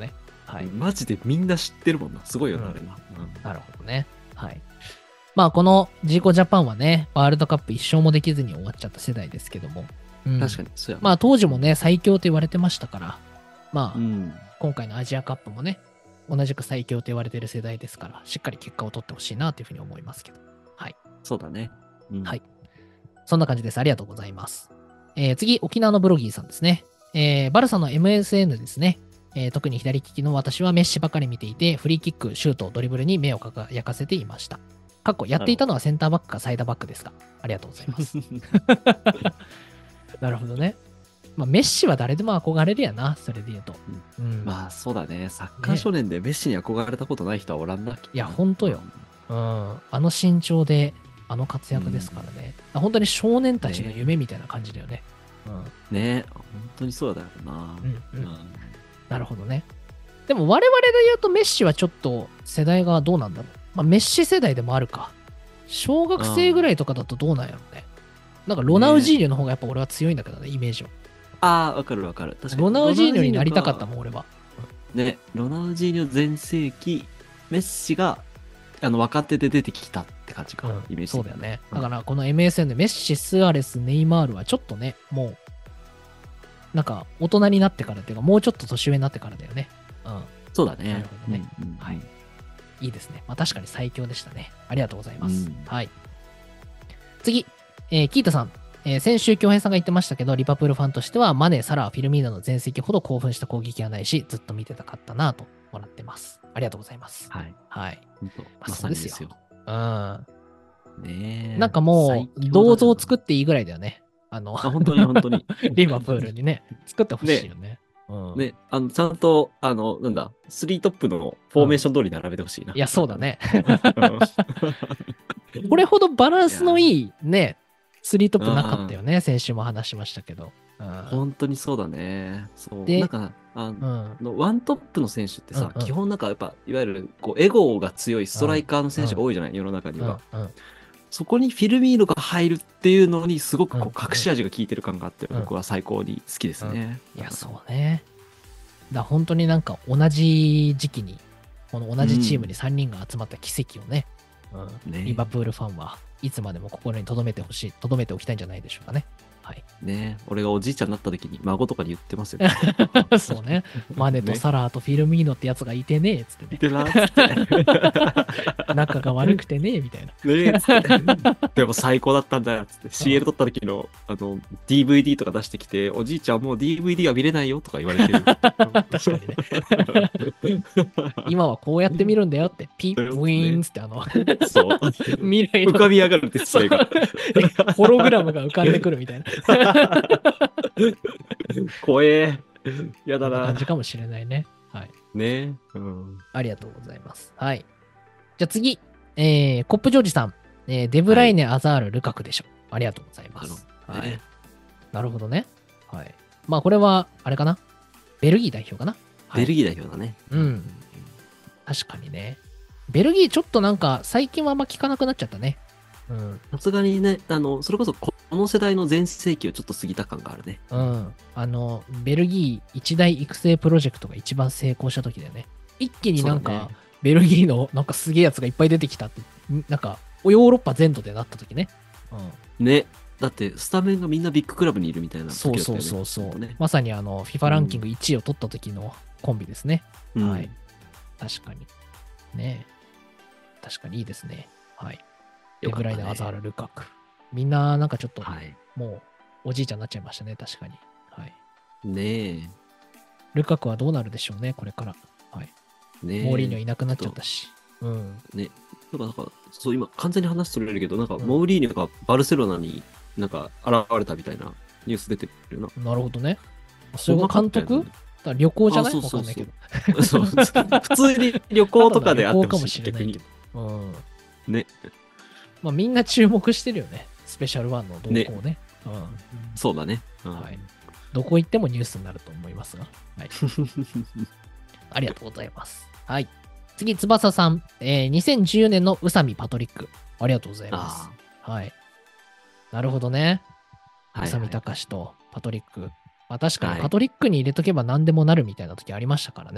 はい。 マジでみんな知ってるもんな。すごいよな、あれな。 なるほどね。はい。まあ、このジーコジャパンはね、ワールドカップ一勝もできずに終わっちゃった世代ですけども。 確かに、そうやな。 まあ、当時もね、最強と言われてましたから、まあ、 うん。 今回のアジアカップもね、同じく最強と言われている世代ですから、しっかり結果を取ってほしいなというふうに思いますけど。はい。 そうだね。 はい。そんな感じです。ありがとうございます。次、沖縄のブロギーさんですね。バルサの MSN ですね。特に左利きの私はメッシばかり見ていて、フリーキック、シュート、ドリブルに目を輝かせていました。やっていたのはセンターバックかサイドバックですか。ありがとうございます。なるほどね。まあ、メッシは誰でも憧れるやな、それで言うと。 まあ、そうだね。サッカー少年でメッシに憧れたことない人はおらんな。いや、ほんとよ。あの身長で、あの活躍ですからね。本当に少年たちの夢みたいな感じだよね。 ね、本当にそうだよな。 なるほどね。でも我々で言うとメッシはちょっと世代がどうなんだろう。まあ、メッシ世代でもあるか。小学生ぐらいとかだとどうなんやろうね。なんかロナウジーニョの方がやっぱ俺は強いんだけどね、イメージは。 ああ、わかるわかる。確かに。 ロナウジーニョになりたかったもん、俺は。 ね、ロナウジーニョ全盛期、メッシが若手で出てきたって感じか、イメージ。 そうだよね。だからこの MSN でメッシ、スアレス、ネイマールはちょっとね、もう、なんか大人になってからっていうか、もうちょっと年上になってからだよね。 そうだね。 なるほどね。はい。いいですね。まあ確かに最強でしたね。ありがとうございます。はい。次、キータさん。先週、京平さんが言ってましたけど、リバプールファンとしては、マネ、サラ、フィルミーナの全盛期ほど興奮した攻撃はないし、ずっと見てたかったなともらってます。ありがとうございます。 はい。 はい。 まさにですよ。 ねえ。なんかもう、銅像作っていいぐらいだよね。 本当に本当に。 リバプールにね、作ってほしいよね。 ね、ちゃんと、なんだ、スリートップのフォーメーション通り並べてほしいな。 いや、そうだね。これほどバランスのいいね、スリートップなかったよね。先週も話しましたけど。 本当にそうだね。そう。なんか、ワントップの選手ってさ、基本なんかやっぱ、いわゆる、エゴが強いストライカーの選手が多いじゃない、世の中には。そこにフィルミーノが入るっていうのにすごく隠し味が効いてる感があって、僕は最高に好きですね。 いや、そうね。本当になんか同じ時期に、この同じチームに3人が集まった奇跡をね、リバプールファンはいつまでも心に留めておきたいんじゃないでしょうかね。はい。 ね、俺がおじいちゃんになった時に孫とかに言ってますよね。 そうね。マネとサラーとフィルミーノってやつがいてねえ、つってね。 いてなーって仲が悪くてねえ、みたいな。 ねえ、つって。でも最高だったんだよ、つって。CL 撮った時の、DVD とか出してきて、おじいちゃんもう DVD は見れないよとか言われてる。確かにね。今はこうやって見るんだよって、ピッ、ウィーンつってそう。 未来の。 浮かび上がるディスプレイが。 ホログラムが浮かんでくるみたいな。 怖え。やだな。 感じかもしれないね。はい。 ね。 ありがとうございます。はい。じゃあ次、コップジョージさん。デブライネ、アザール、ルカクでしょ。ありがとうございます。はい。なるほどね。はい。まあこれは、あれかな。ベルギー代表かな。 ベルギー代表だね。 確かにね。ベルギーちょっとなんか最近はあんま聞かなくなっちゃったね。 さすがにね、それこそこの世代の全盛期をちょっと過ぎた感があるね。 ベルギー一大育成プロジェクトが一番成功した時だよね。一気になんか、ベルギーのなんかすげえやつがいっぱい出てきたって、なんか、ヨーロッパ全土でなった時ね。 ね。だって、スタメンがみんなビッグクラブにいるみたいな、 そう。まさにFIFA ランキング1位を取った時のコンビですね。はい。確かに。ね確かにいいですね。はい。デブライネ、アザール、ルカク。みんな、なんかちょっと、もう、おじいちゃんになっちゃいましたね、確かに。はい。 ねえ。 ルカクはどうなるでしょうね、これから。はい。ねえ。モーリーニョいなくなっちゃったし。 ね。なんか、そう、今、完全に話それるけど、なんか、モーリーニョがバルセロナになんか、現れたみたいなニュース出てるな。 なるほどね。それが監督旅行じゃない？わかんないけど。 そう。普通に旅行とかであってほしい。逆に。ね。 まあみんな注目してるよね。スペシャルワンの動向をね。 そうだね。 はい。どこ行ってもニュースになると思いますが。はい。ありがとうございます。はい。次、翼さん。2014年の宇佐美パトリック。ありがとうございます。はい。なるほどね。宇佐美隆とパトリック。まあ確かにパトリックに入れとけば何でもなるみたいな時ありましたからね。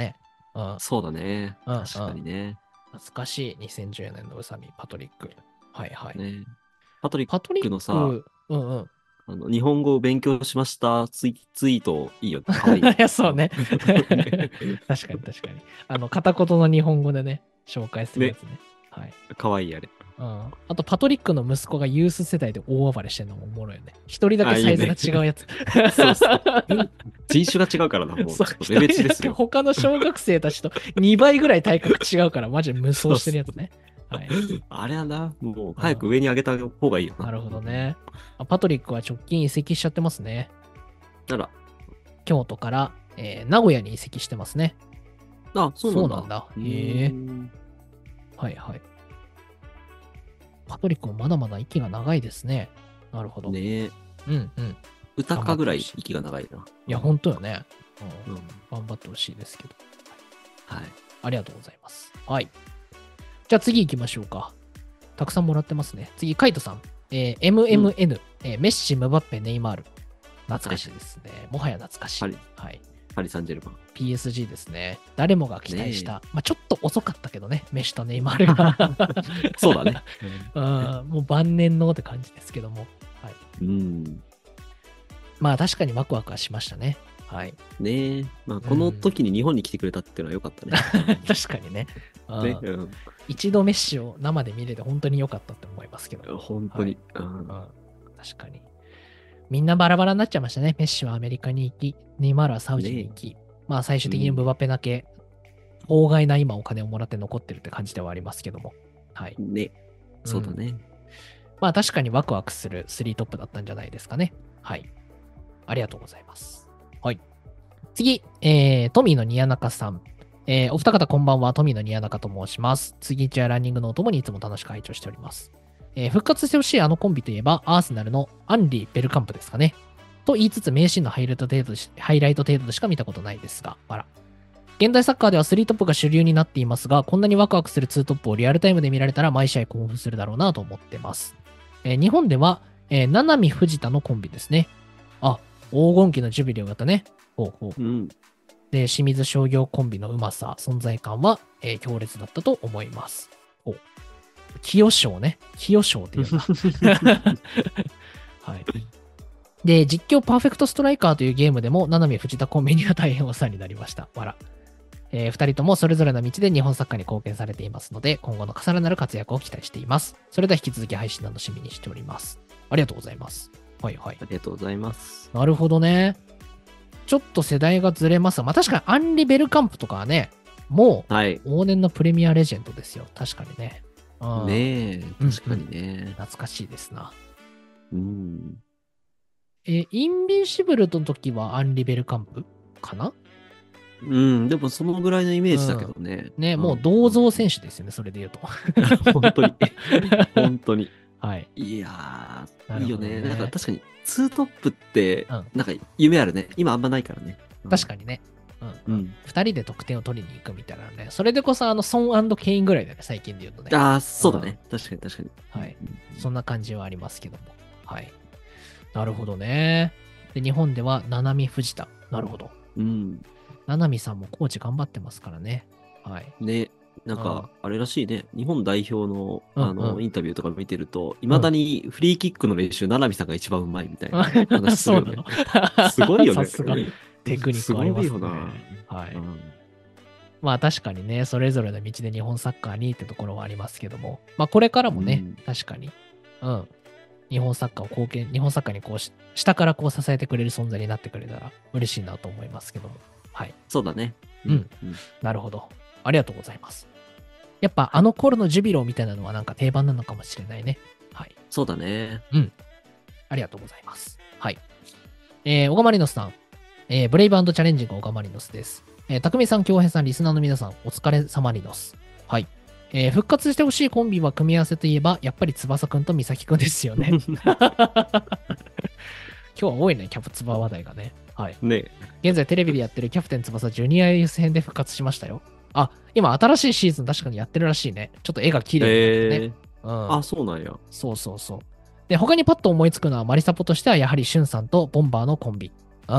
うん。 そうだね。 うん確かにね。 懐かしい。2010年の宇佐美、パトリック。はいはい。 ね。パトリッパトリックのさ、 ク、うんうん。 日本語を勉強しましたツイートいいよね。かわいいよいや、 ね。 そうね。確かに確かに。片言の日本語でね、紹介するやね。 つね。はい。 かわいいあれ。 うん。あと、パトリックの息子がユース世代で大暴れしてるのもおもろいよね。一人だけあ、いサイズいね。 が違うやつ。 そうそう。人種が違うからな、もう。 そう、 ちょっとレベチ一人だですよ。 け他の小学生たちと2倍ぐらい体格違うから、マジで無双そうそう。 してるやつね。はい。 あれはな、もううん、 早く上に上げた方がいいよな。 なるほどね。パトリックは直近移籍しちゃってますね。 なら、 京都から、名古屋に移籍してますね。 あ、そうなんだ。 そうなんだ。へえ。はいはい。パトリックもまだまだ息が長いですね。なるほど。 ねえ。 うんうん。 歌かぐらい息が長いな。 いや、ほんとよね。 うん。 頑張ってほしいですけど。 はい。 ありがとうございます。はい。じゃあ次行きましょうか。たくさんもらってますね。次、カイトさん。MMN、メッシ、ムバッペ、ネイマール。懐かしいですね。もはや懐かしい。はい。 パリ・サンジェルマン。 PSG ですね。誰もが期待した。まあちょっと遅かったけどね。メッシとネイマールが。 そうだね。 もう晩年のって感じですけども。はい。まあ確かにワクワクはしましたね。はい。 ねえ。まあこの時に日本に来てくれたっていうのは良かったね。 確かにね。 ね、 一度メッシを生で見れて本当に良かったって思いますけど。 本当に、 確かに。みんなバラバラになっちゃいましたね。メッシはアメリカに行き、ネイマールはサウジに行き、まあ最終的にムバペだけ、法外な今お金をもらって残ってるって感じではありますけども。はい。 ね。そうだね。 まあ確かにワクワクする3トップだったんじゃないですかね。はい。ありがとうございます。はい。次、トミーのニヤナカさん。お二方こんばんは、トミーのニヤナカと申します。次一やランニングのお供にいつも楽しく拝聴しております。復活してほしいあのコンビといえば、アーセナルのアンリー・ベルカンプですかね。と言いつつ、名シーンのハイライト程度でしか見たことないですが、あら。現代サッカーでは3トップが主流になっていますが、こんなにワクワクする2トップをリアルタイムで見られたら毎試合興奮するだろうなと思ってます。日本では、七海藤田のコンビですね。あ、黄金期のジュビリーをやったね。ほうほう。で、清水商業コンビのうまさ、存在感は、強烈だったと思います。清少ね。清少っていうんだ。はい。で、実況パーフェクトストライカーというゲームでも、七海藤田コンビには大変お世話になりました。わら。二人ともそれぞれの道で日本サッカーに貢献されていますので、今後のさらなる活躍を期待しています。それでは引き続き配信など楽しみにしております。ありがとうございます。はいはい。 ありがとうございます。 なるほどね。ちょっと世代がずれますが、まあ確かにアンリ・ベルカンプとかはね、もう往年のプレミアレジェンドですよ。確かにね。 ねえ、確かにね。 懐かしいですな。インビンシブルの時はアンリ・ベルカンプかな？ でもそのぐらいのイメージだけどね。 ね、もう銅像選手ですよね、それで言うと。 本当に。本当に。 はい。 いやー、いいよね。なんか確かに、ツートップって、なんか夢あるね。今あんまないからね。 確かにね。二人で得点を取りに行くみたいなね。それでこそ、ソン&ケインぐらいだね、最近で言うとね。 ああ、そうだね。確かに確かに。 はい。そんな感じはありますけども。はい。なるほどね。で、日本では、七海藤田。なるほど。七海さんもコーチ頑張ってますからね。はい。 ね。なんか、あれらしいね。日本代表の、インタビューとか見てると、いまだにフリーキックの練習、七海さんが一番うまいみたいな話するよね。すごいよね。 さすが。テクニックありますね。すごいよな。はい。まあ確かにね、それぞれの道で日本サッカーにってところはありますけども、まあこれからもね、確かに、日本サッカーにこう下からこう支えてくれる存在になってくれたら嬉しいなと思いますけども。はい。 そうだね。 なるほど。ありがとうございます。やっぱあの頃のジュビロみたいなのはなんか定番なのかもしれないね。はい。 そうだね。 ありがとうございます。はい。オガマリノスさん。ブレイブ&チャレンジングオガマリノスです。たくみさん、京平さん、リスナーの皆さん、お疲れ様リノス。はい。復活してほしいコンビは組み合わせといえば、やっぱり翼くんと美咲くんですよね。今日は多いね、キャプツバ話題がね。はい。 ね。 現在テレビでやってるキャプテン翼ジュニアユース編で復活しましたよ。あ、今新しいシーズン確かにやってるらしいね。ちょっと絵が綺麗になってね。 あ、そうなんや。 そうそうそう。で、他にパッと思いつくのはマリサポとしてはやはりシュンさんとボンバーのコンビ。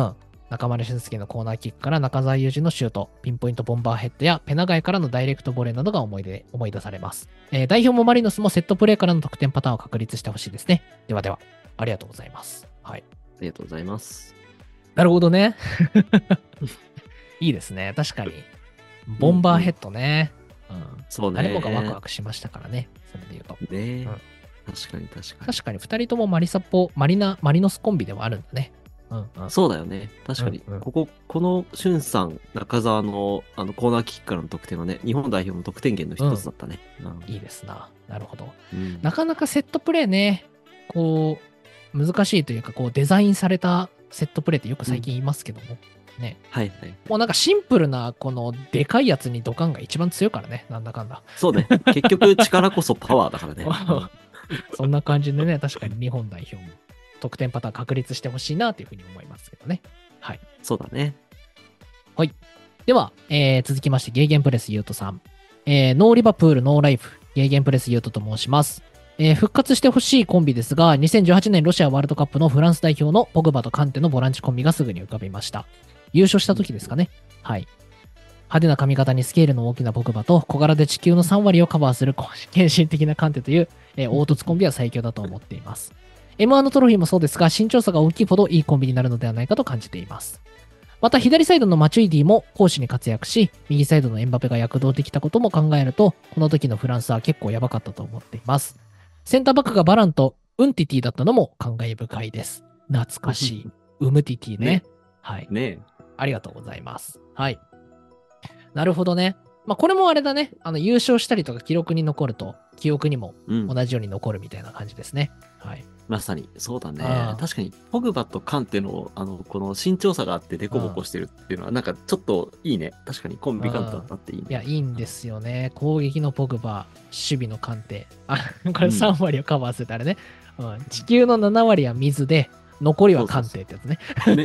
中丸俊輔のコーナーキックから中澤佑二のシュート、ピンポイントボンバーヘッドやペナガイからのダイレクトボレーなどが思い出されます。代表もマリノスもセットプレーからの得点パターンを確立してほしいですね。ではでは、ありがとうございます。はい。 ありがとうございます。 なるほどね。いいですね。確かに。ボンバーヘッドね。 そうね。 誰もがワクワクしましたからね。それで言うと。 ね、確かに。 確かに2人ともマリノスコンビではあるんだね。 そうだよね。確かに。このしゅんさん、中澤のコーナーキックからの得点はね、日本代表の得点源の一つだったね。 いいですな。なるほど。なかなかセットプレーね、こう、難しいというか、こう、デザインされたセットプレーってよく最近言いますけども。ね。 はい。 もうなんかシンプルな、このでかいやつにドカンが一番強いからね。なんだかんだ。 そうね。結局力こそパワーだからね。 そんな感じでね、確かに日本代表も得点パターン確立してほしいなというふうに思いますけどね。はい。 そうだね。 はい。では、続きまして、ゲーゲンプレスユートさん。ノーリバプールノーライフ、ゲーゲンプレスユートと申します。復活してほしいコンビですが、2018年ロシアワールドカップのフランス代表のポグバとカンテのボランチコンビがすぐに浮かびました。優勝した時ですかね。はい。派手な髪型にスケールの大きなポグバと小柄で地球の3割をカバーする献身的なカンテという、凹凸コンビは最強だと思っています。M1 のトロフィーもそうですが、身長差が大きいほどいいコンビになるのではないかと感じています。また左サイドのマチュイディも攻守に活躍し、右サイドのエムバペが躍動できたことも考えると、この時のフランスは結構やばかったと思っています。センターバックがバランとウンティティだったのも感慨深いです。懐かしい。ウムティティね。はい。 ね。 ありがとうございます。はい。なるほどね。まあ、これもあれだね。優勝したりとか記録に残ると、記憶にも同じように残るみたいな感じですね。はい。 まさに、そうだね。確かに、ポグバとカンテの、この身長差があってデコボコしてるっていうのは、なんかちょっといいね。確かにコンビカンテだったっていいね。 いや、いいんですよね。攻撃のポグバ、守備のカンテ。これ3割をカバーするとあれね。地球の7割は水で、残りはカンテってやつね。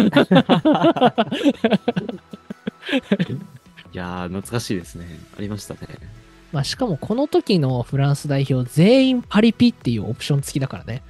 いやー、懐かしいですね。ありましたね。 まあ、しかもこの時のフランス代表、全員パリピっていうオプション付きだからね。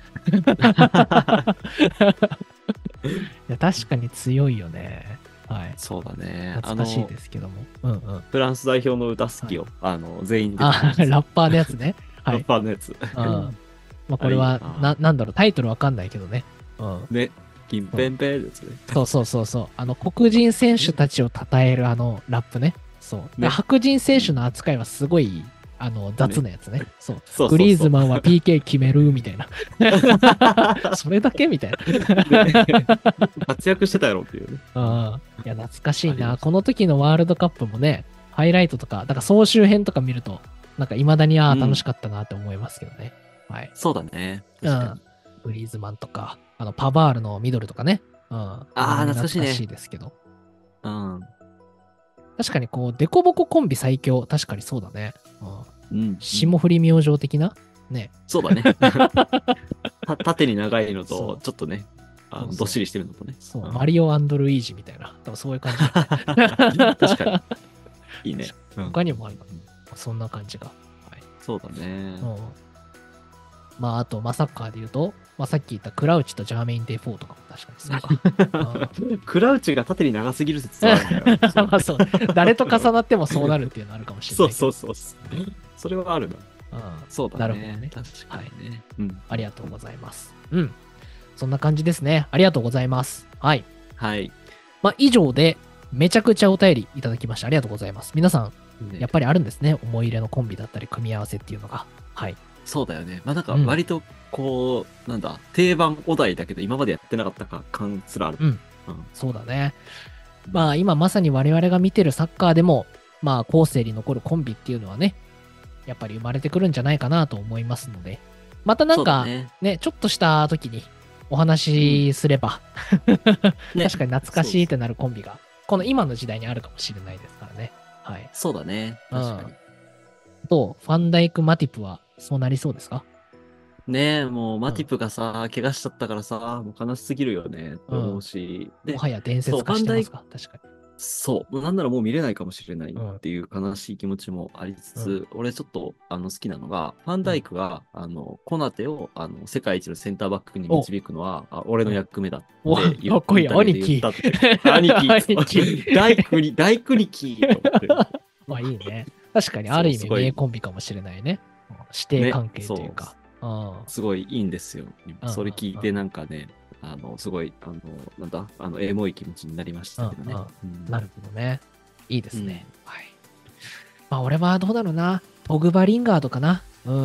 いや、確かに強いよね。はい。 そうだね。 懐かしいですけども。 フランス代表の歌好きよ。全員で。 ラッパーのやつね。 はい。ラッパーのやつ。 まあ、これは、なんだろう、タイトルわかんないけどね。 ね。キンペンペンですね。 そう。黒人選手たちを称えるラップね。そう。ね、白人選手の扱いはすごい、雑なやつね。そう。グリーズマンは PK 決めるみたいな。それだけみたいな。 活躍してたやろっていうね。 いや、懐かしいな。この時のワールドカップもね、ハイライトとか、だから総集編とか見ると、なんか未だに楽しかったなって思いますけどね。はい。 そうだね。確かに。 グリーズマンとか、パバールのミドルとかね。 懐かしいね。 懐かしいですけど。 確かにこう、デコボココンビ最強。確かにそうだね。霜降り明星的なね。 そうだね。縦に長いのと、ちょっとね、どっしりしてるのとね。 そう、マリオ&ルイージみたいな。多分そういう感じ。 確かに。いいね。 他にもあるかそんな感じが。 そうだね。 まあ、あと、サッカーで言うと、さっき言ったクラウチとジャーメイン・デ・フォーとかも確かにそうか。 クラウチが縦に長すぎる説はあるんだよ。 まあそう。誰と重なってもそうなるっていうのあるかもしれない。 そう。それはあるな。そうだね。 なるほどね。 確かにね。 ありがとうございます。そんな感じですね。ありがとうございます。はい。以上で、めちゃくちゃお便りいただきました。ありがとうございます。皆さん、やっぱりあるんですね。思い入れのコンビだったり、組み合わせっていうのが。はい。 そうだよね。なんか割とこう、なんだ、定番お題だけど今までやってなかった感すらある。 そうだね。今まさに我々が見てるサッカーでも、後世に残るコンビっていうのはね、やっぱり生まれてくるんじゃないかなと思いますので、またなんかね、ちょっとした時にお話しすれば、確かに懐かしいってなるコンビが、この今の時代にあるかもしれないですからね。はい。 そうだね。確かに。 ファンダイク・マティプはそうなりそうですか？ ねえ、もうマティプがさ、怪我しちゃったからさ、もう悲しすぎるよね、と思うし。 もはや伝説化してますか？確かに。 そう。なんならもう見れないかもしれないっていう悲しい気持ちもありつつ、俺ちょっと好きなのが、ファンダイクが、コナテを世界一のセンターバックに導くのは、俺の役目だって言かっこいい。兄貴。 兄貴。大国貴と思って。 まあいいね。確かにある意味名コンビかもしれないね。師弟関係というか。 すごいいいんですよ。それ聞いてなんかね、すごい、なんだ、エモい気持ちになりましたけどね。 なるほどね。いいですね。はい。まあ、俺はどうだろうな。ポグバリンガードかな。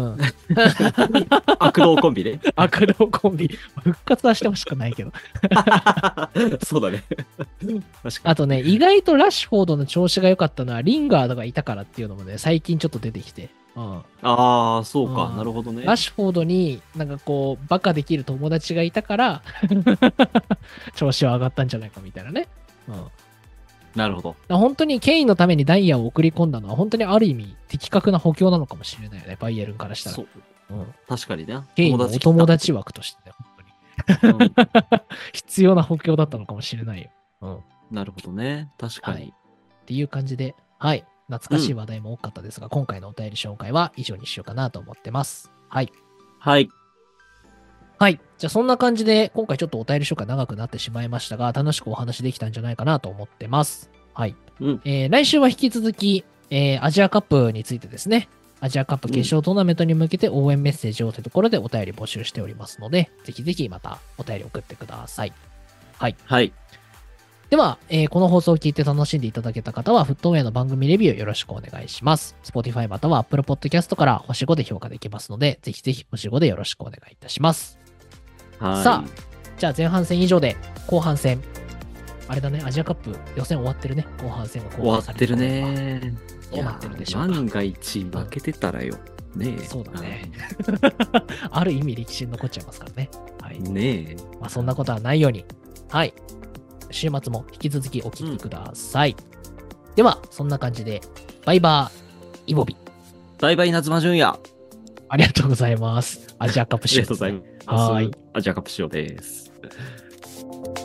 悪道コンビね。 悪道コンビ。復活はしてほしくないけど。 そうだね。 あとね、意外とラッシュフォードの調子が良かったのは、リンガードがいたからっていうのもね、最近ちょっと出てきて。 ああ、そうか、なるほどね。 ラッシュフォードになんかこう、バカできる友達がいたから調子は上がったんじゃないかみたいなね。 なるほど。 本当にケインのためにダイヤを送り込んだのは、本当にある意味、的確な補強なのかもしれないよね、バイエルンからしたら。そう。 確かにね。 ケインのお友達枠としてね、本当に。必要な補強だったのかもしれないよ。 なるほどね。確かに。 っていう感じで、はい。懐かしい話題も多かったですが、今回のお便り紹介は以上にしようかなと思ってます。はい。 はい。 はい。じゃあそんな感じで、今回ちょっとお便り紹介長くなってしまいましたが、楽しくお話できたんじゃないかなと思ってます。はい。来週は引き続き、アジアカップについてですね、アジアカップ決勝トーナメントに向けて応援メッセージをというところでお便り募集しておりますので、ぜひぜひまたお便り送ってください。はい。 はい。 では、この放送を聞いて楽しんでいただけた方は、フットウェアの番組レビューよろしくお願いします。Spotify または Apple Podcast から星5で評価できますので、ぜひぜひ星5でよろしくお願いいたします。さあ、じゃあ前半戦以上で後半戦。あれだね、アジアカップ予選終わってるね。後半戦が終わってるね。 どうなってるでしょうか。 万が一負けてたらよ。ねえ。 そうだね。ある意味歴史に残っちゃいますからね。はい。 ねえ。 まあそんなことはないように。はい。週末も引き続きお聞きください。では、そんな感じで、バイバーイボビ。 バイバイ夏間純也。 ありがとうございます。アジアカップ仕様、 ありがとうございます。はい。アジアカップ仕様です。